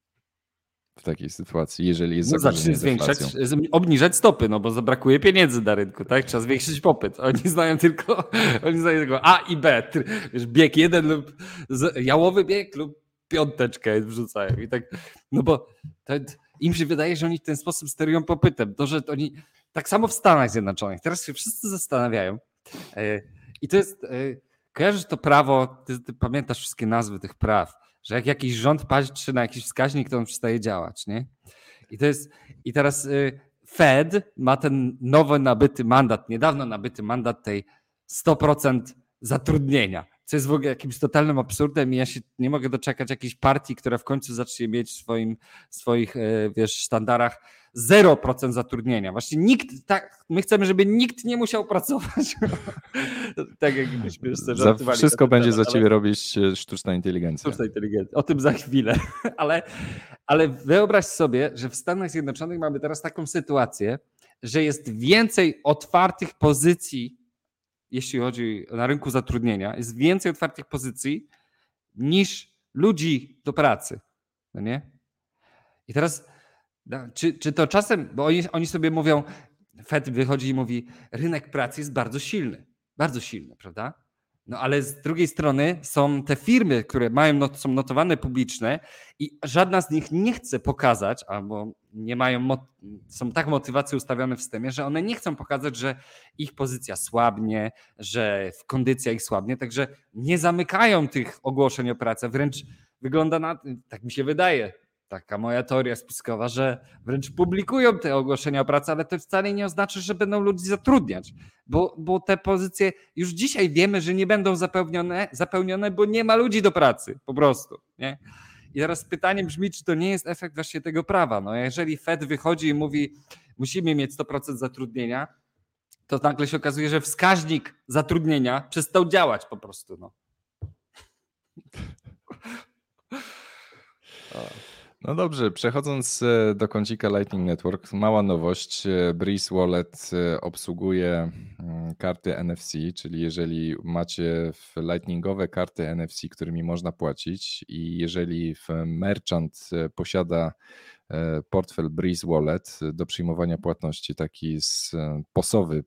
w takiej sytuacji, jeżeli jest no, zagrożenie zacznie zwiększać, deflacją? obniżać stopy, no bo zabrakuje pieniędzy na rynku, tak? Trzeba zwiększyć popyt. Oni znają tylko, oni znają tylko A i B. Wiesz, bieg jeden lub jałowy bieg lub piąteczkę wrzucają. I tak, no bo to, im się wydaje, że oni w ten sposób sterują popytem. To, że to oni tak samo w Stanach Zjednoczonych. Teraz się wszyscy zastanawiają. I to jest, kojarzysz to prawo, ty, ty pamiętasz wszystkie nazwy tych praw, że jak jakiś rząd patrzy na jakiś wskaźnik, to on przestaje działać, nie? I to jest, i teraz Fed ma ten nowo nabyty mandat, niedawno nabyty mandat tej sto procent zatrudnienia, co jest w ogóle jakimś totalnym absurdem i ja się nie mogę doczekać jakiejś partii, która w końcu zacznie mieć w swoim, swoich, wiesz, sztandarach zero procent zatrudnienia. Właśnie nikt, tak, my chcemy, żeby nikt nie musiał pracować. Tak jak byśmy sobie żartowali. Wszystko będzie temat, za ciebie ale... robić sztuczna inteligencja. Sztuczna inteligencja. O tym za chwilę. ale, ale wyobraź sobie, że w Stanach Zjednoczonych mamy teraz taką sytuację, że jest więcej otwartych pozycji, jeśli chodzi na rynku zatrudnienia, jest więcej otwartych pozycji niż ludzi do pracy. No nie? I teraz no, czy, czy to czasem, bo oni, oni sobie mówią, Fed wychodzi i mówi, rynek pracy jest bardzo silny, bardzo silny, prawda? No ale z drugiej strony są te firmy, które mają, not, są notowane publiczne i żadna z nich nie chce pokazać, albo nie mają, są tak motywacje ustawione w systemie, że one nie chcą pokazać, że ich pozycja słabnie, że kondycja ich słabnie, także nie zamykają tych ogłoszeń o pracę, wręcz wygląda na, tak mi się wydaje, taka moja teoria spiskowa, że wręcz publikują te ogłoszenia o pracę, ale to wcale nie oznacza, że będą ludzi zatrudniać, bo, bo te pozycje już dzisiaj wiemy, że nie będą zapełnione, zapełnione, bo nie ma ludzi do pracy, po prostu. Nie? I teraz pytanie brzmi, czy to nie jest efekt właśnie tego prawa. No, jeżeli Fed wychodzi i mówi, musimy mieć sto procent zatrudnienia, to nagle się okazuje, że wskaźnik zatrudnienia przestał działać po prostu. No. No dobrze, przechodząc do kącika Lightning Network, mała nowość. Breeze Wallet obsługuje karty N F C, czyli jeżeli macie lightningowe karty N F C, którymi można płacić i jeżeli merchant posiada portfel Breeze Wallet do przyjmowania płatności, taki z posowy,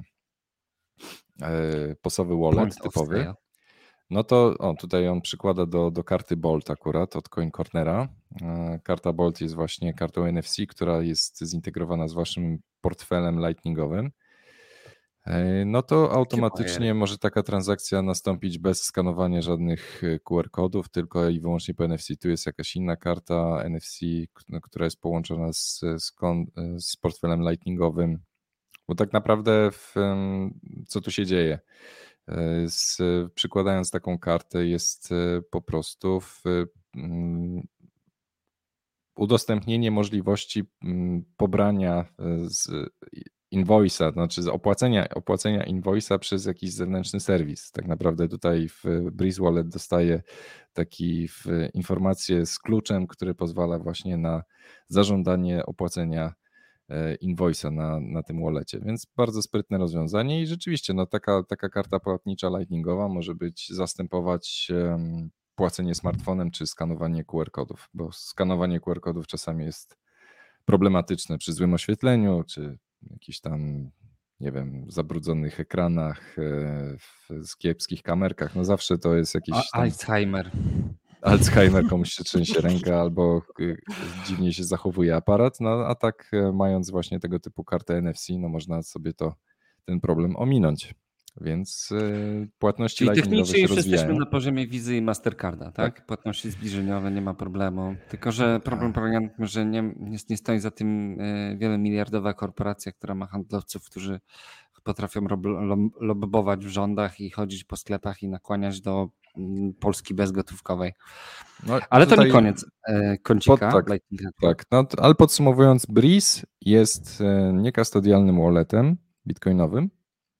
posowy wallet typowy, no to o, tutaj on przykłada do, do karty Bolt akurat od Coin Cornera. Karta Bolt jest właśnie kartą N F C, która jest zintegrowana z waszym portfelem lightningowym. No to automatycznie może taka transakcja nastąpić bez skanowania żadnych Q R kodów, tylko i wyłącznie po N F C. Tu jest jakaś inna karta N F C, która jest połączona z, z, z portfelem lightningowym. Bo tak naprawdę w, co tu się dzieje? Z, przykładając taką kartę jest po prostu w, um, udostępnienie możliwości um, pobrania z, invoice'a, znaczy opłacenia, opłacenia invoice'a przez jakiś zewnętrzny serwis. Tak naprawdę tutaj w Breeze Wallet dostaje taki w informację z kluczem, który pozwala właśnie na zażądanie opłacenia invoice'a na, na tym wallecie, więc bardzo sprytne rozwiązanie i rzeczywiście no, taka, taka karta płatnicza lightningowa może być zastępować um, płacenie smartfonem czy skanowanie Q R kodów, bo skanowanie Q R kodów czasami jest problematyczne przy złym oświetleniu, czy jakichś tam, nie wiem, zabrudzonych ekranach, w, z kiepskich kamerkach. No zawsze to jest jakiś tam... Alzheimer. Alzheimer, komuś się trzęsie ręka albo dziwnie się zachowuje aparat, no a tak mając właśnie tego typu kartę N F C, no można sobie to, ten problem ominąć. Więc płatności Czyli lightningowe technicznie się już rozwijają. jesteśmy na poziomie Wizy i Mastercarda, tak? Tak. Płatności zbliżeniowe, nie ma problemu. Tylko, że problem polega na tym, że nie, nie, nie stoi za tym wielomiliardowa korporacja, która ma handlowców, którzy potrafią rob, lobbować w rządach i chodzić po sklepach i nakłaniać do Polski bezgotówkowej. No, ale to nie koniec kącika. Pod, tak, tak. No, ale podsumowując, Breeze jest niekastodialnym walletem bitcoinowym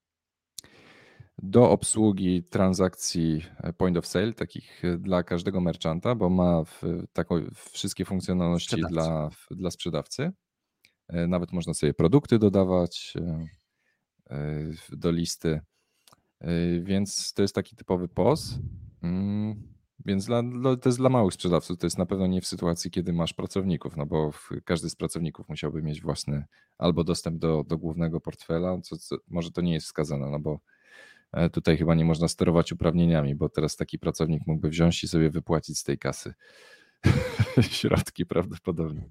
do obsługi transakcji point of sale, takich dla każdego merchanta, bo ma w, taką, wszystkie funkcjonalności dla, dla sprzedawcy. Nawet można sobie produkty dodawać do listy, więc to jest taki typowy P O S. Więc dla, to jest dla małych sprzedawców, to jest na pewno nie w sytuacji, kiedy masz pracowników, no bo każdy z pracowników musiałby mieć własny albo dostęp do, do głównego portfela, co, co może to nie jest wskazane, no bo tutaj chyba nie można sterować uprawnieniami, bo teraz taki pracownik mógłby wziąć i sobie wypłacić z tej kasy środki prawdopodobnie.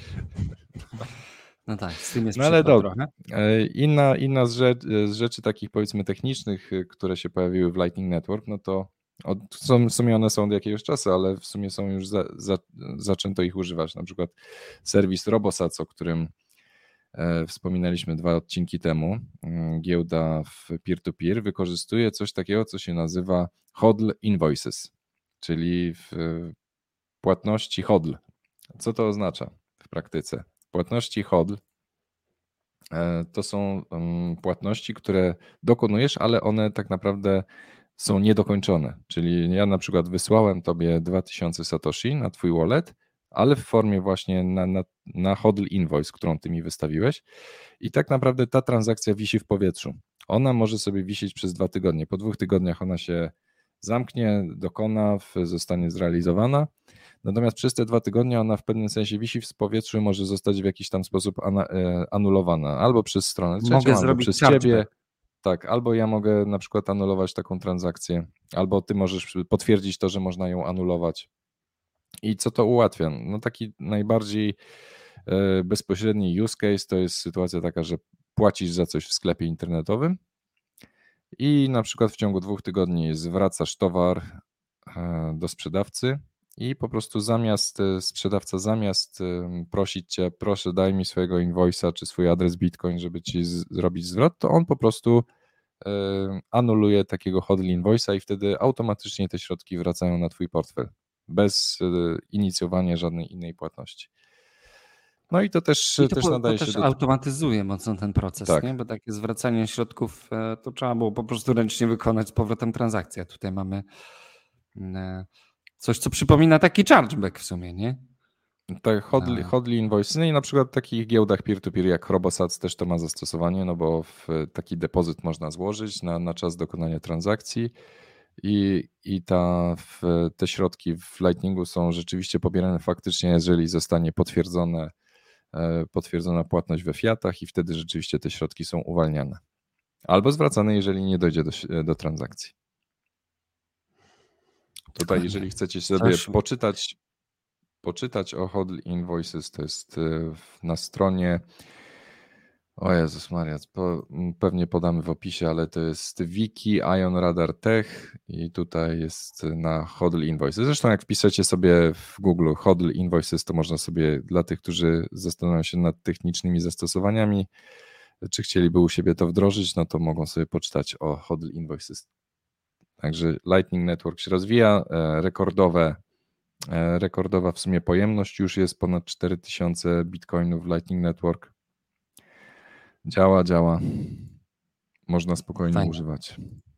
No tak, z tym jest no ale dobra. trochę. Inna, inna z, rzeczy, z rzeczy takich powiedzmy technicznych, które się pojawiły w Lightning Network, no to od, są, w sumie one są od jakiegoś czasu, ale w sumie są już za, za, zaczęto ich używać. Na przykład serwis Robosats, o którym e, wspominaliśmy dwa odcinki temu, e, giełda w peer-to-peer, wykorzystuje coś takiego, co się nazywa hodl invoices, czyli w, e, płatności hodl. Co to oznacza w praktyce? Płatności hodl e, to są um, płatności, które dokonujesz, ale one tak naprawdę są niedokończone, czyli ja na przykład wysłałem tobie dwa tysiące satoshi na twój wallet, ale w formie właśnie na, na, na hodl invoice, którą ty mi wystawiłeś i tak naprawdę ta transakcja wisi w powietrzu. Ona może sobie wisieć przez dwa tygodnie. Po dwóch tygodniach ona się zamknie, dokona, zostanie zrealizowana, natomiast przez te dwa tygodnie ona w pewnym sensie wisi w powietrzu i może zostać w jakiś tam sposób anulowana albo przez stronę trzecią, Mogę albo zrobić przez chargeback. ciebie. Tak, albo ja mogę na przykład anulować taką transakcję, albo ty możesz potwierdzić to, że można ją anulować. I co to ułatwia? No taki najbardziej bezpośredni use case to jest sytuacja taka, że płacisz za coś w sklepie internetowym i na przykład w ciągu dwóch tygodni zwracasz towar do sprzedawcy i po prostu zamiast, sprzedawca zamiast prosić cię, proszę daj mi swojego invoice'a czy swój adres Bitcoin, żeby ci z, zrobić zwrot, to on po prostu y, anuluje takiego hodl invoice'a i wtedy automatycznie te środki wracają na twój portfel, bez y, inicjowania żadnej innej płatności. No i to też, I to też po, nadaje to się też do... automatyzuje mocno ten proces, Tak. nie? Bo takie zwracanie środków to trzeba było po prostu ręcznie wykonać z powrotem transakcja. Tutaj mamy coś, co przypomina taki chargeback w sumie, nie? Tak, hodl, hodl invoice. No i na przykład w takich giełdach peer-to-peer jak Robosats też to ma zastosowanie, no bo w taki depozyt można złożyć na, na czas dokonania transakcji i, i ta, w, te środki w Lightningu są rzeczywiście pobierane faktycznie, jeżeli zostanie potwierdzone, potwierdzona płatność we fiatach i wtedy rzeczywiście te środki są uwalniane. Albo zwracane, jeżeli nie dojdzie do, do transakcji. Tutaj, jeżeli chcecie sobie Coś... poczytać, poczytać o hodl invoices, to jest na stronie, o Jezus Maria, po, pewnie podamy w opisie, ale to jest wiki Ion Radar Tech i tutaj jest na hodl invoices. Zresztą jak wpiszecie sobie w Google hodl invoices, to można sobie dla tych, którzy zastanawiają się nad technicznymi zastosowaniami, czy chcieliby u siebie to wdrożyć, no to mogą sobie poczytać o hodl invoices. Także Lightning Network się rozwija, rekordowe, rekordowa w sumie pojemność już jest ponad cztery tysiące bitcoinów w Lightning Network. Działa, działa. Można spokojnie Fajnie. używać.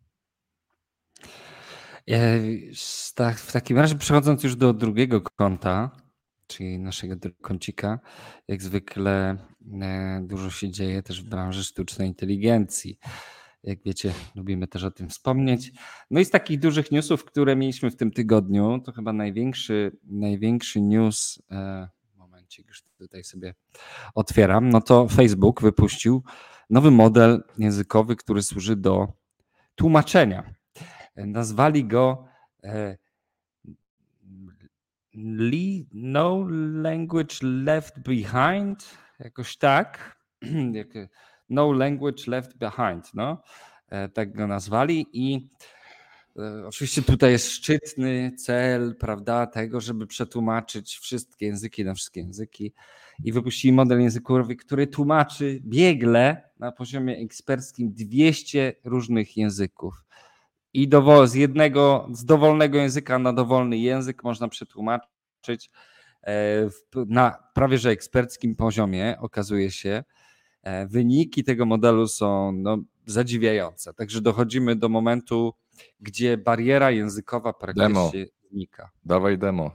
E, s- tak, w takim razie przechodząc już do drugiego kąta, czyli naszego dru- kącika, jak zwykle e, dużo się dzieje też w branży sztucznej inteligencji. Jak wiecie, lubimy też o tym wspomnieć. No i z takich dużych newsów, które mieliśmy w tym tygodniu, to chyba największy, największy news, e, momencik, już tutaj sobie otwieram, no to Facebook wypuścił nowy model językowy, który służy do tłumaczenia. Nazwali go e, Li- No Language Left Behind, jakoś tak. Jak, e, No Language Left Behind, no. E, Tak go nazwali i e, oczywiście tutaj jest szczytny cel, prawda, tego, żeby przetłumaczyć wszystkie języki na wszystkie języki i wypuścili model językowy, który tłumaczy biegle na poziomie eksperckim dwieście różnych języków. I dowo- z jednego, z dowolnego języka na dowolny język można przetłumaczyć e, w- na prawie że eksperckim poziomie, okazuje się. E, Wyniki tego modelu są no, zadziwiające. Także dochodzimy do momentu, gdzie bariera językowa Demo. praktycznie znika. Dawaj demo.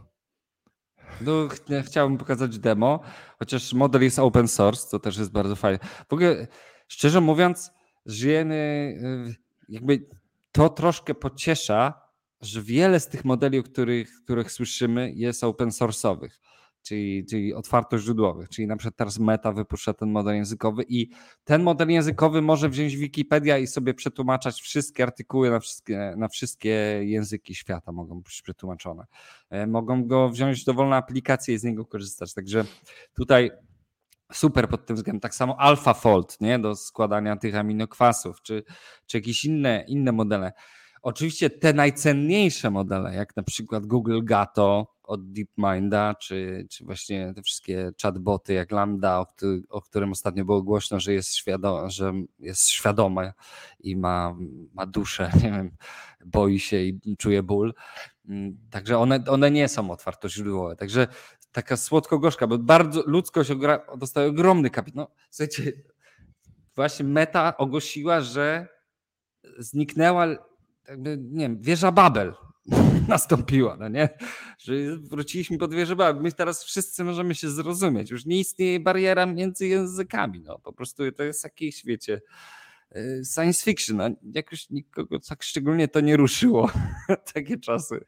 No, ch- chciałbym pokazać demo, chociaż model jest open source, to też jest bardzo fajne. W ogóle, szczerze mówiąc, żyjemy, y, jakby to troszkę pociesza, że wiele z tych modeli, o których, których słyszymy, jest open source'owych, czyli, czyli otwartoźródłowych. Czyli na przykład teraz Meta wypuszcza ten model językowy i ten model językowy może wziąć Wikipedia i sobie przetłumaczać wszystkie artykuły na wszystkie, na wszystkie języki świata mogą być przetłumaczone. E, Mogą go wziąć dowolne aplikacje i z niego korzystać. Także tutaj super pod tym względem. Tak samo AlphaFold, nie? Do składania tych aminokwasów, czy, czy jakieś inne, inne modele. Oczywiście te najcenniejsze modele, jak na przykład Google Gato od DeepMinda, czy, czy właśnie te wszystkie chatboty jak Lambda, o, który, o którym ostatnio było głośno, że jest, świado, że jest świadome i ma, ma duszę, nie wiem, boi się i czuje ból. Mm, Także one, one nie są otwartoźródłowe. Także taka słodko-gorzka, bo bardzo ludzkość ogra- dostaje ogromny kapitał. No, słuchajcie, właśnie Meta ogłosiła, że zniknęła, jakby, nie wiem, wieża Babel nastąpiła, no nie? Że wróciliśmy pod wieżę Babel. My teraz wszyscy możemy się zrozumieć. Już nie istnieje bariera między językami. No, po prostu to jest jakieś, wiecie, y, science fiction. No, jakoś nikogo tak szczególnie to nie ruszyło. Takie czasy.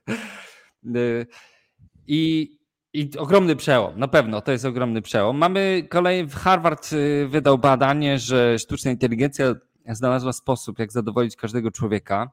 Y, I, I ogromny przełom, na pewno to jest ogromny przełom. Mamy kolej, Harvard y, wydał badanie, że sztuczna inteligencja znalazła sposób, jak zadowolić każdego człowieka.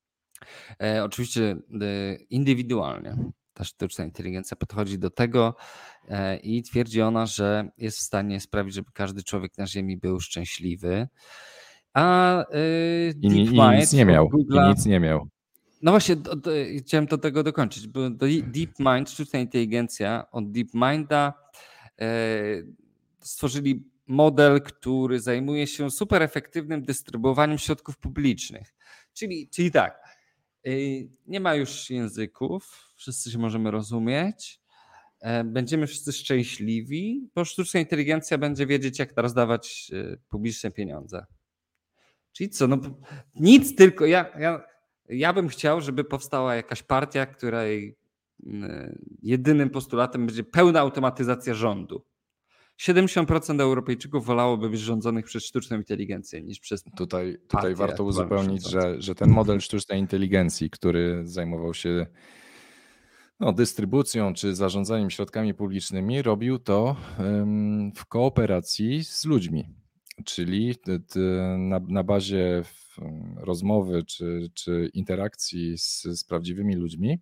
E, oczywiście e, indywidualnie. Ta sztuczna inteligencja podchodzi do tego e, i twierdzi ona, że jest w stanie sprawić, żeby każdy człowiek na Ziemi był szczęśliwy. A e, I, ni- i DeepMind nic nie od miał. I Google'a- nic nie miał. no właśnie, do, do, chciałem do tego dokończyć, bo do DeepMind, sztuczna inteligencja od DeepMinda e, stworzyli model, który zajmuje się super efektywnym dystrybuowaniem środków publicznych. Czyli, czyli tak, y, nie ma już języków, wszyscy się możemy rozumieć, e, będziemy wszyscy szczęśliwi, bo sztuczna inteligencja będzie wiedzieć, jak teraz dawać y, publiczne pieniądze. Czyli co, no nic, tylko ja, ja, ja bym chciał, żeby powstała jakaś partia, której y, jedynym postulatem będzie pełna automatyzacja rządu. siedemdziesiąt procent Europejczyków wolałoby być rządzonych przez sztuczną inteligencję niż przez Tutaj, partię tutaj warto aktualnie uzupełnić, rządzącą. że, że ten model sztucznej inteligencji, który zajmował się no, dystrybucją czy zarządzaniem środkami publicznymi, robił to em, w kooperacji z ludźmi. Czyli t- t- na, na bazie w- rozmowy czy, czy interakcji z, z prawdziwymi ludźmi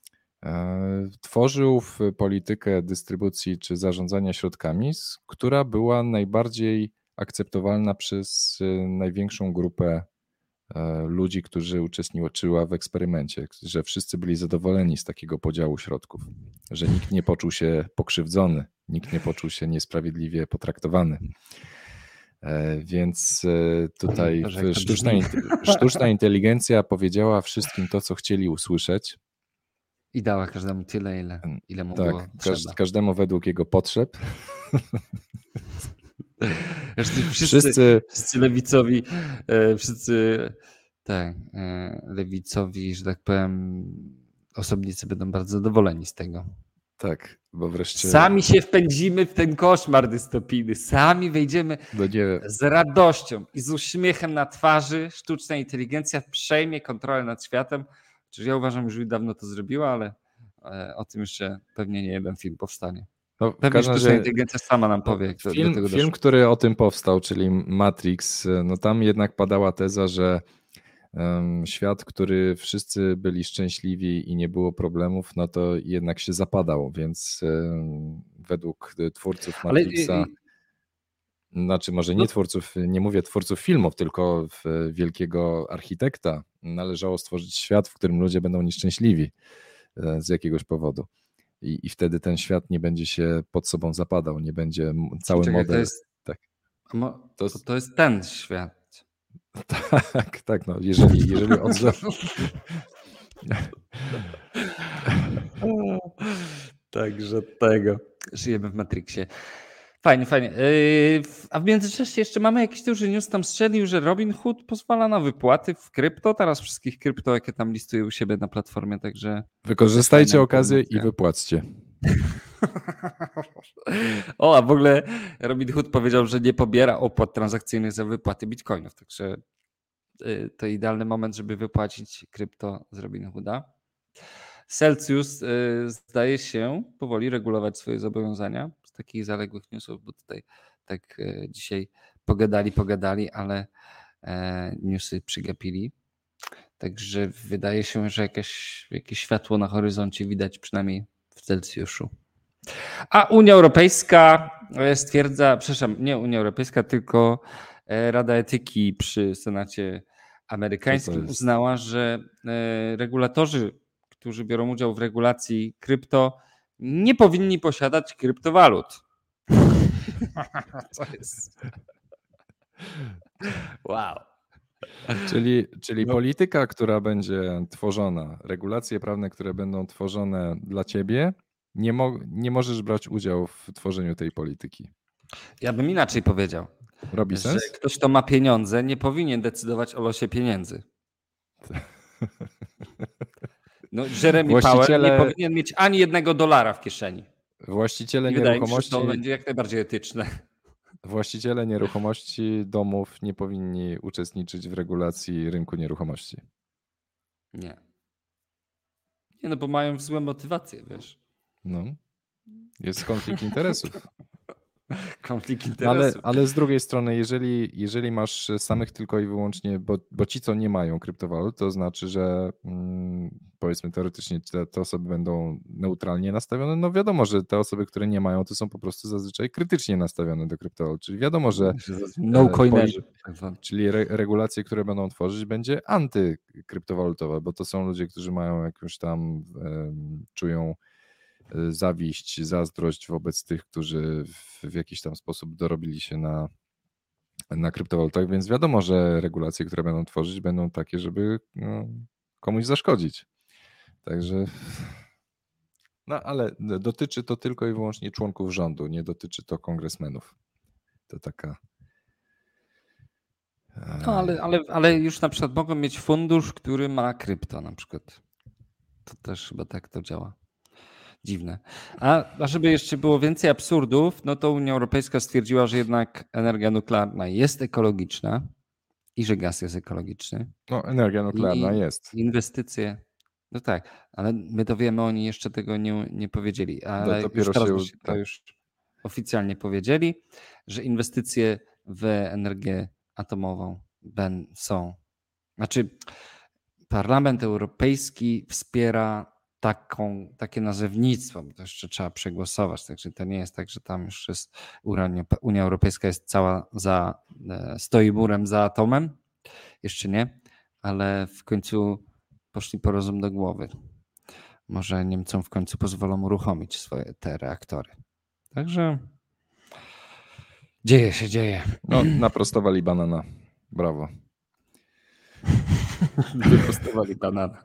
e, tworzył w politykę dystrybucji czy zarządzania środkami, s- która była najbardziej akceptowalna przez e, największą grupę e, ludzi, którzy uczestniczyła w eksperymencie, że wszyscy byli zadowoleni z takiego podziału środków, że nikt nie poczuł się pokrzywdzony, nikt nie poczuł się niesprawiedliwie potraktowany. E, Więc e, tutaj Boże, jak to sztuczna, brzmi. inte- sztuczna inteligencja powiedziała wszystkim to, co chcieli usłyszeć. I dała każdemu tyle, ile, ile mu było Tak, każ, trzeba. każdemu według jego potrzeb. Wszyscy, Wszyscy, wszyscy lewicowi, e, wszyscy tak, e, lewicowi, że tak powiem, osobnicy będą bardzo zadowoleni z tego. tak, bo wreszcie... Sami się wpędzimy w ten koszmar dystopijny. Sami wejdziemy No nie, z radością i z uśmiechem na twarzy. Sztuczna inteligencja przejmie kontrolę nad światem. Czyż ja uważam, że już dawno to zrobiła, ale e, o tym jeszcze pewnie nie jeden film powstanie. no, w Pewnie każdym sztuczna razie inteligencja sama nam powie, jak do, do film, tego film, doszło. który o tym powstał, czyli Matrix, no tam jednak padała teza, że um, świat, który wszyscy byli szczęśliwi i nie było problemów, no to jednak się zapadał, więc um, według twórców Ale Matrixa, y, znaczy może no- nie twórców, nie mówię twórców filmów, tylko w wielkiego architekta, należało stworzyć świat, w którym ludzie będą nieszczęśliwi e, z jakiegoś powodu. I, I wtedy ten świat nie będzie się pod sobą zapadał, nie będzie m- cały czekaj, model. to jest, Tak, a mo- to to, jest- to jest ten świat. tak, tak, no, jeżeli, jeżeli odrze... Także tego. Żyjemy w Matrixie. Fajnie, fajnie. Yy, w- A w międzyczasie jeszcze mamy jakiś duży news tam strzelił, że Robinhood pozwala na wypłaty w krypto. Teraz wszystkich krypto, jakie tam listuję u siebie na platformie, także Wykorzystajcie Fajna okazję i informacja. wypłaccie. O, a w ogóle Robinhood powiedział, że nie pobiera opłat transakcyjnych za wypłaty bitcoinów, także y, to idealny moment, żeby wypłacić krypto z Robinhooda. Celsius y, zdaje się powoli regulować swoje zobowiązania z takich zaległych newsów, bo tutaj tak y, dzisiaj pogadali, pogadali, ale e, newsy przygapili. Także wydaje się, że jakieś, jakieś światło na horyzoncie widać przynajmniej w Celsjuszu. A Unia Europejska e, stwierdza, przepraszam, nie Unia Europejska, tylko e, Rada Etyki przy Senacie Amerykańskim jest? uznała, że e, regulatorzy, którzy biorą udział w regulacji krypto, nie powinni posiadać kryptowalut. Co jest? Wow. Czyli, czyli No. polityka, która będzie tworzona, regulacje prawne, które będą tworzone dla ciebie, nie, mo- nie możesz brać udziału w tworzeniu tej polityki. Ja bym inaczej powiedział, Robi że sens? ktoś, kto ma pieniądze, nie powinien decydować o losie pieniędzy. No, Jeremy Powell Właściciele- nie powinien mieć ani jednego dolara w kieszeni. Właściciele I wydaje mi się, że nieruchomości, to będzie jak najbardziej etyczne. właściciele nieruchomości domów nie powinni uczestniczyć w regulacji rynku nieruchomości. Nie. Nie, no bo mają złe motywacje, wiesz. No. Jest konflikt interesów. Konflikt No ale, interesów. ale z drugiej strony, jeżeli, jeżeli masz samych tylko i wyłącznie, bo, bo ci, co nie mają kryptowalut, to znaczy, że mm, powiedzmy teoretycznie te, te osoby będą neutralnie nastawione. No wiadomo, że te osoby, które nie mają, to są po prostu zazwyczaj krytycznie nastawione do kryptowalut. Czyli wiadomo, że No coinerzy. czyli re, regulacje, które będą tworzyć, będzie antykryptowalutowe, bo to są ludzie, którzy mają jakąś tam, um, czują zawiść, zazdrość wobec tych, którzy w, w jakiś tam sposób dorobili się na, na kryptowalutach, więc wiadomo, że regulacje, które będą tworzyć, będą takie, żeby no, komuś zaszkodzić. Także no ale dotyczy to tylko i wyłącznie członków rządu, nie dotyczy to kongresmenów. To taka... No ale, ale, ale już na przykład mogą mieć fundusz, który ma krypto na przykład. To też chyba tak to działa. Dziwne. A, a żeby jeszcze było więcej absurdów, no to Unia Europejska stwierdziła, że jednak energia nuklearna jest ekologiczna i że gaz jest ekologiczny. No energia nuklearna I jest. Inwestycje. No tak, ale my to wiemy, oni jeszcze tego nie, nie powiedzieli, ale No, dopiero już teraz się- już to tak. już oficjalnie powiedzieli, że inwestycje w energię atomową ben, są. Znaczy, Parlament Europejski wspiera taką, takie nazewnictwo, bo to jeszcze trzeba przegłosować, także to nie jest tak, że tam już jest Unia, Unia Europejska jest cała za, e, stoi murem za atomem, jeszcze nie, ale w końcu poszli po rozum do głowy. Może Niemcom w końcu pozwolą uruchomić swoje te reaktory. Także dzieje się, dzieje. No, naprostowali banana. Brawo. Wyprostowali banana.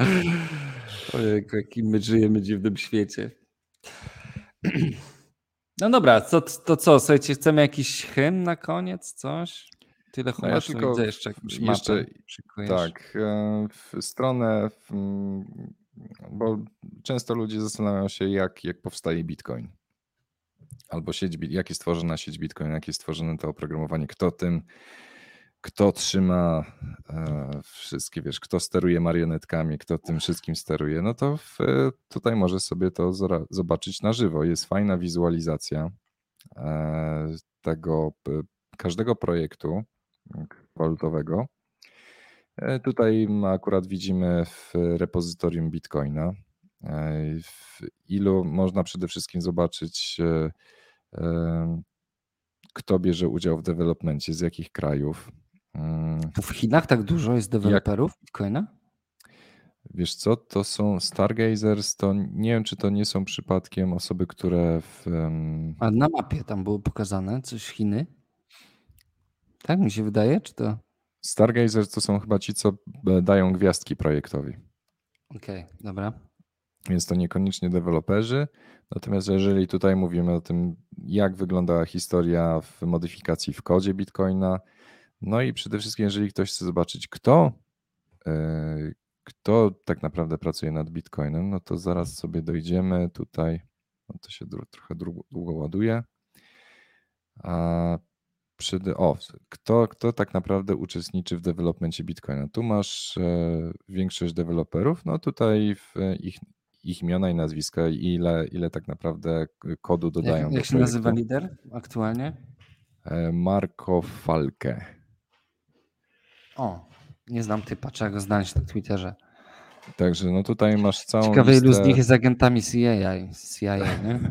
Ojej, jakim my żyjemy w dziwnym świecie. No dobra, to, to co, słuchajcie, chcemy jakiś hymn na koniec, coś? Tyle No ja humaszu tylko widzę, jeszcze jakąś jeszcze mapę szykujesz. tak, e, w stronę, w, mm, bo często ludzie zastanawiają się, jak, jak powstaje Bitcoin. Albo sieć, Bit- jak jest tworzona sieć Bitcoin, jak jest tworzone to oprogramowanie, kto tym, kto trzyma e, wszystkie, wiesz, kto steruje marionetkami, kto tym wszystkim steruje, no to w, tutaj możesz sobie to zora- zobaczyć na żywo. Jest fajna wizualizacja e, tego p- każdego projektu walutowego. E, Tutaj akurat widzimy w repozytorium Bitcoina, e, w ilu można przede wszystkim zobaczyć, e, e, kto bierze udział w developmencie, z jakich krajów. Mm, To w Chinach tak dużo jest deweloperów Bitcoina? Wiesz co, to są Stargazers, to nie wiem, czy to nie są przypadkiem osoby, które w... em, A na mapie tam było pokazane coś Chiny? Tak mi się wydaje, czy to? Stargazers to są chyba ci, co e, dają gwiazdki projektowi. Okej, dobra. Więc to niekoniecznie deweloperzy. Natomiast jeżeli tutaj mówimy o tym, jak wygląda historia w modyfikacji w kodzie Bitcoina, no i przede wszystkim, jeżeli ktoś chce zobaczyć, kto, e, kto tak naprawdę pracuje nad Bitcoinem, no to zaraz sobie dojdziemy tutaj. No to się dru- trochę długo, długo ładuje. A przed, o, kto, kto tak naprawdę uczestniczy w developmencie Bitcoina? Tu masz e, większość deweloperów, no tutaj w ich, ich imiona i nazwiska, i ile, ile tak naprawdę kodu dodają Jak, do jak się projektu. nazywa lider aktualnie? E, Marco Falke. O, nie znam typa, trzeba go znaleźć na Twitterze. Także no tutaj masz całą Ciekawe, listę... ilu z nich jest agentami C I A, C I A, nie?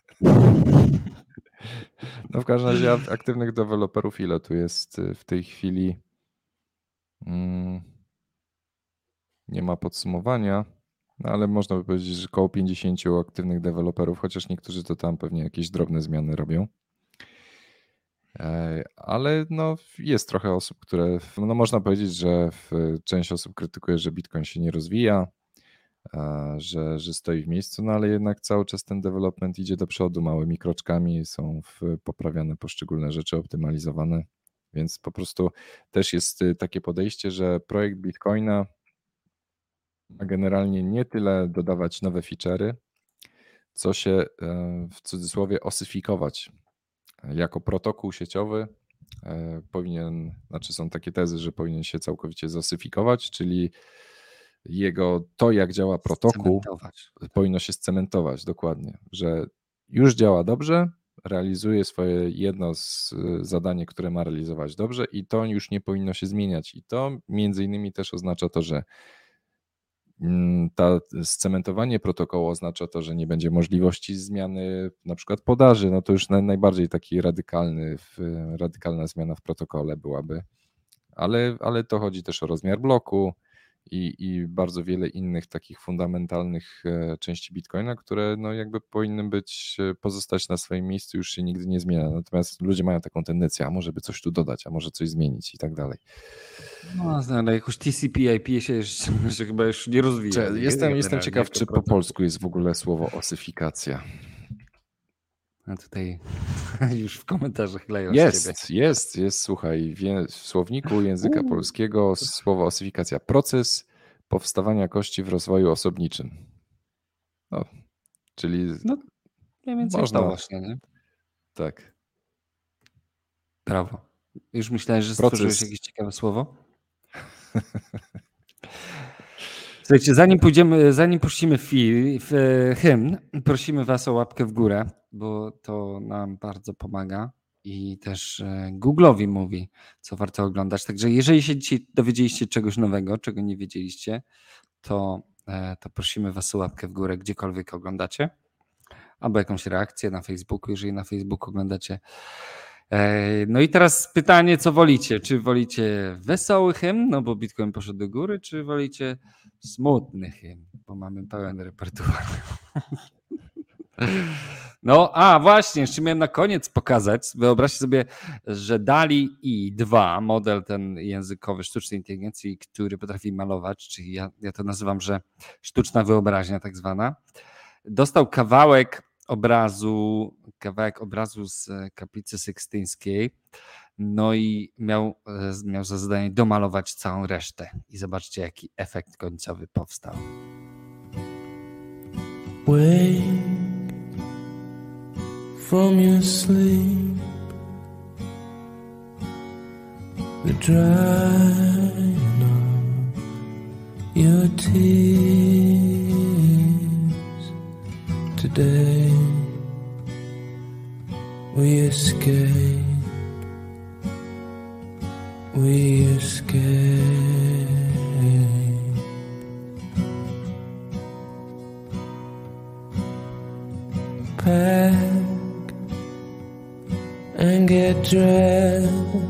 No w każdym razie ak- aktywnych deweloperów ile tu jest y, w tej chwili? Mm, nie ma podsumowania, no ale można by powiedzieć, że około pięćdziesięciu aktywnych deweloperów, chociaż niektórzy to tam pewnie jakieś drobne zmiany robią. E, Ale no jest trochę osób, które, no można powiedzieć, że w- część osób krytykuje, że Bitcoin się nie rozwija, a, że, że stoi w miejscu, no ale jednak cały czas ten development idzie do przodu małymi kroczkami, są w- poprawiane poszczególne rzeczy, optymalizowane, więc po prostu też jest y, takie podejście, że projekt Bitcoina ma generalnie nie tyle dodawać nowe feature'y, co się e, w cudzysłowie osyfikować. Jako protokół sieciowy e, powinien, znaczy są takie tezy, że powinien się całkowicie zosyfikować, czyli jego to, jak działa protokół, Cementować. powinno się scementować dokładnie, że już działa dobrze, realizuje swoje jedno z zadanie, które ma realizować dobrze i to już nie powinno się zmieniać. I to między innymi też oznacza to, że mm, ta scementowanie protokołu oznacza to, że nie będzie możliwości zmiany na przykład podaży. No to już naj, najbardziej taki radykalny, w, radykalna zmiana w protokole byłaby. Ale, ale to chodzi też o rozmiar bloku i, i bardzo wiele innych takich fundamentalnych e, części Bitcoina, które no jakby powinny być, e, pozostać na swoim miejscu, już się nigdy nie zmienia. Natomiast ludzie mają taką tendencję, a może by coś tu dodać, a może coś zmienić i tak dalej. No, ale jakoś T C P I P się, jeszcze, się chyba już nie rozwija. Cze- Jestem, generalnie jestem ciekaw, jako czy po protokół. polsku jest w ogóle słowo osyfikacja. A tutaj już w komentarzach leją z ciebie. Jest, jest, jest, słuchaj, wie, w słowniku języka Uuu. polskiego słowo osyfikacja. Proces powstawania kości w rozwoju osobniczym. No, czyli No, mniej więcej można, to właśnie, nie? tak. Brawo. Już myślałeś, że Proces. stworzyłeś jakieś ciekawe słowo? Słuchajcie, zanim pójdziemy, zanim puścimy fi, w hymn, prosimy was o łapkę w górę, bo to nam bardzo pomaga i też e, Google'owi mówi, co warto oglądać. Także jeżeli się dzisiaj dowiedzieliście czegoś nowego, czego nie wiedzieliście, to, e, to prosimy was o łapkę w górę, gdziekolwiek oglądacie, albo jakąś reakcję na Facebooku, jeżeli na Facebooku oglądacie. E, No i teraz pytanie, co wolicie? Czy wolicie wesoły hymn, no bo Bitcoin poszedł do góry, czy wolicie smutny hymn, bo mamy pełen repertuar. No, a właśnie, jeszcze miałem na koniec pokazać. Wyobraźcie sobie, że DALL-E dwa, model ten językowy sztucznej inteligencji, który potrafi malować, czyli ja, ja to nazywam, że sztuczna wyobraźnia tak zwana, dostał kawałek obrazu, kawałek obrazu z Kaplicy Sykstyńskiej. No i miał, miał za zadanie domalować całą resztę. I zobaczcie, jaki efekt końcowy powstał. Wake from your sleep, the drying of your tears today. We escape, we escape. Pack and get dressed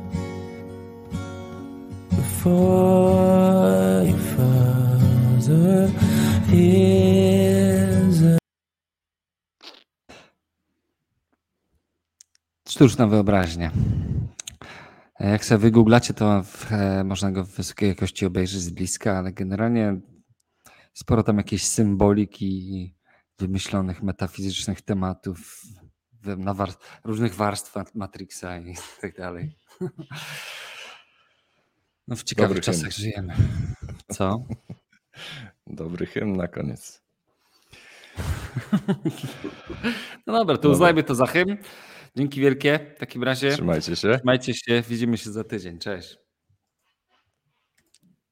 before your father hears. Sztuczna wyobraźnia. Jak sobie wygooglacie, to w, e, można go w wysokiej jakości obejrzeć z bliska, ale generalnie sporo tam jakiejś symboliki i wymyślonych metafizycznych tematów w, na war, różnych warstwach Matrixa i tak dalej. No w ciekawych Dobry czasach hymn. żyjemy. Co? Dobry hymn na koniec. No dobra, to Dobra. uznajmy to za hymn. Dzięki wielkie. W takim razie Trzymajcie się. trzymajcie się. Widzimy się za tydzień. Cześć.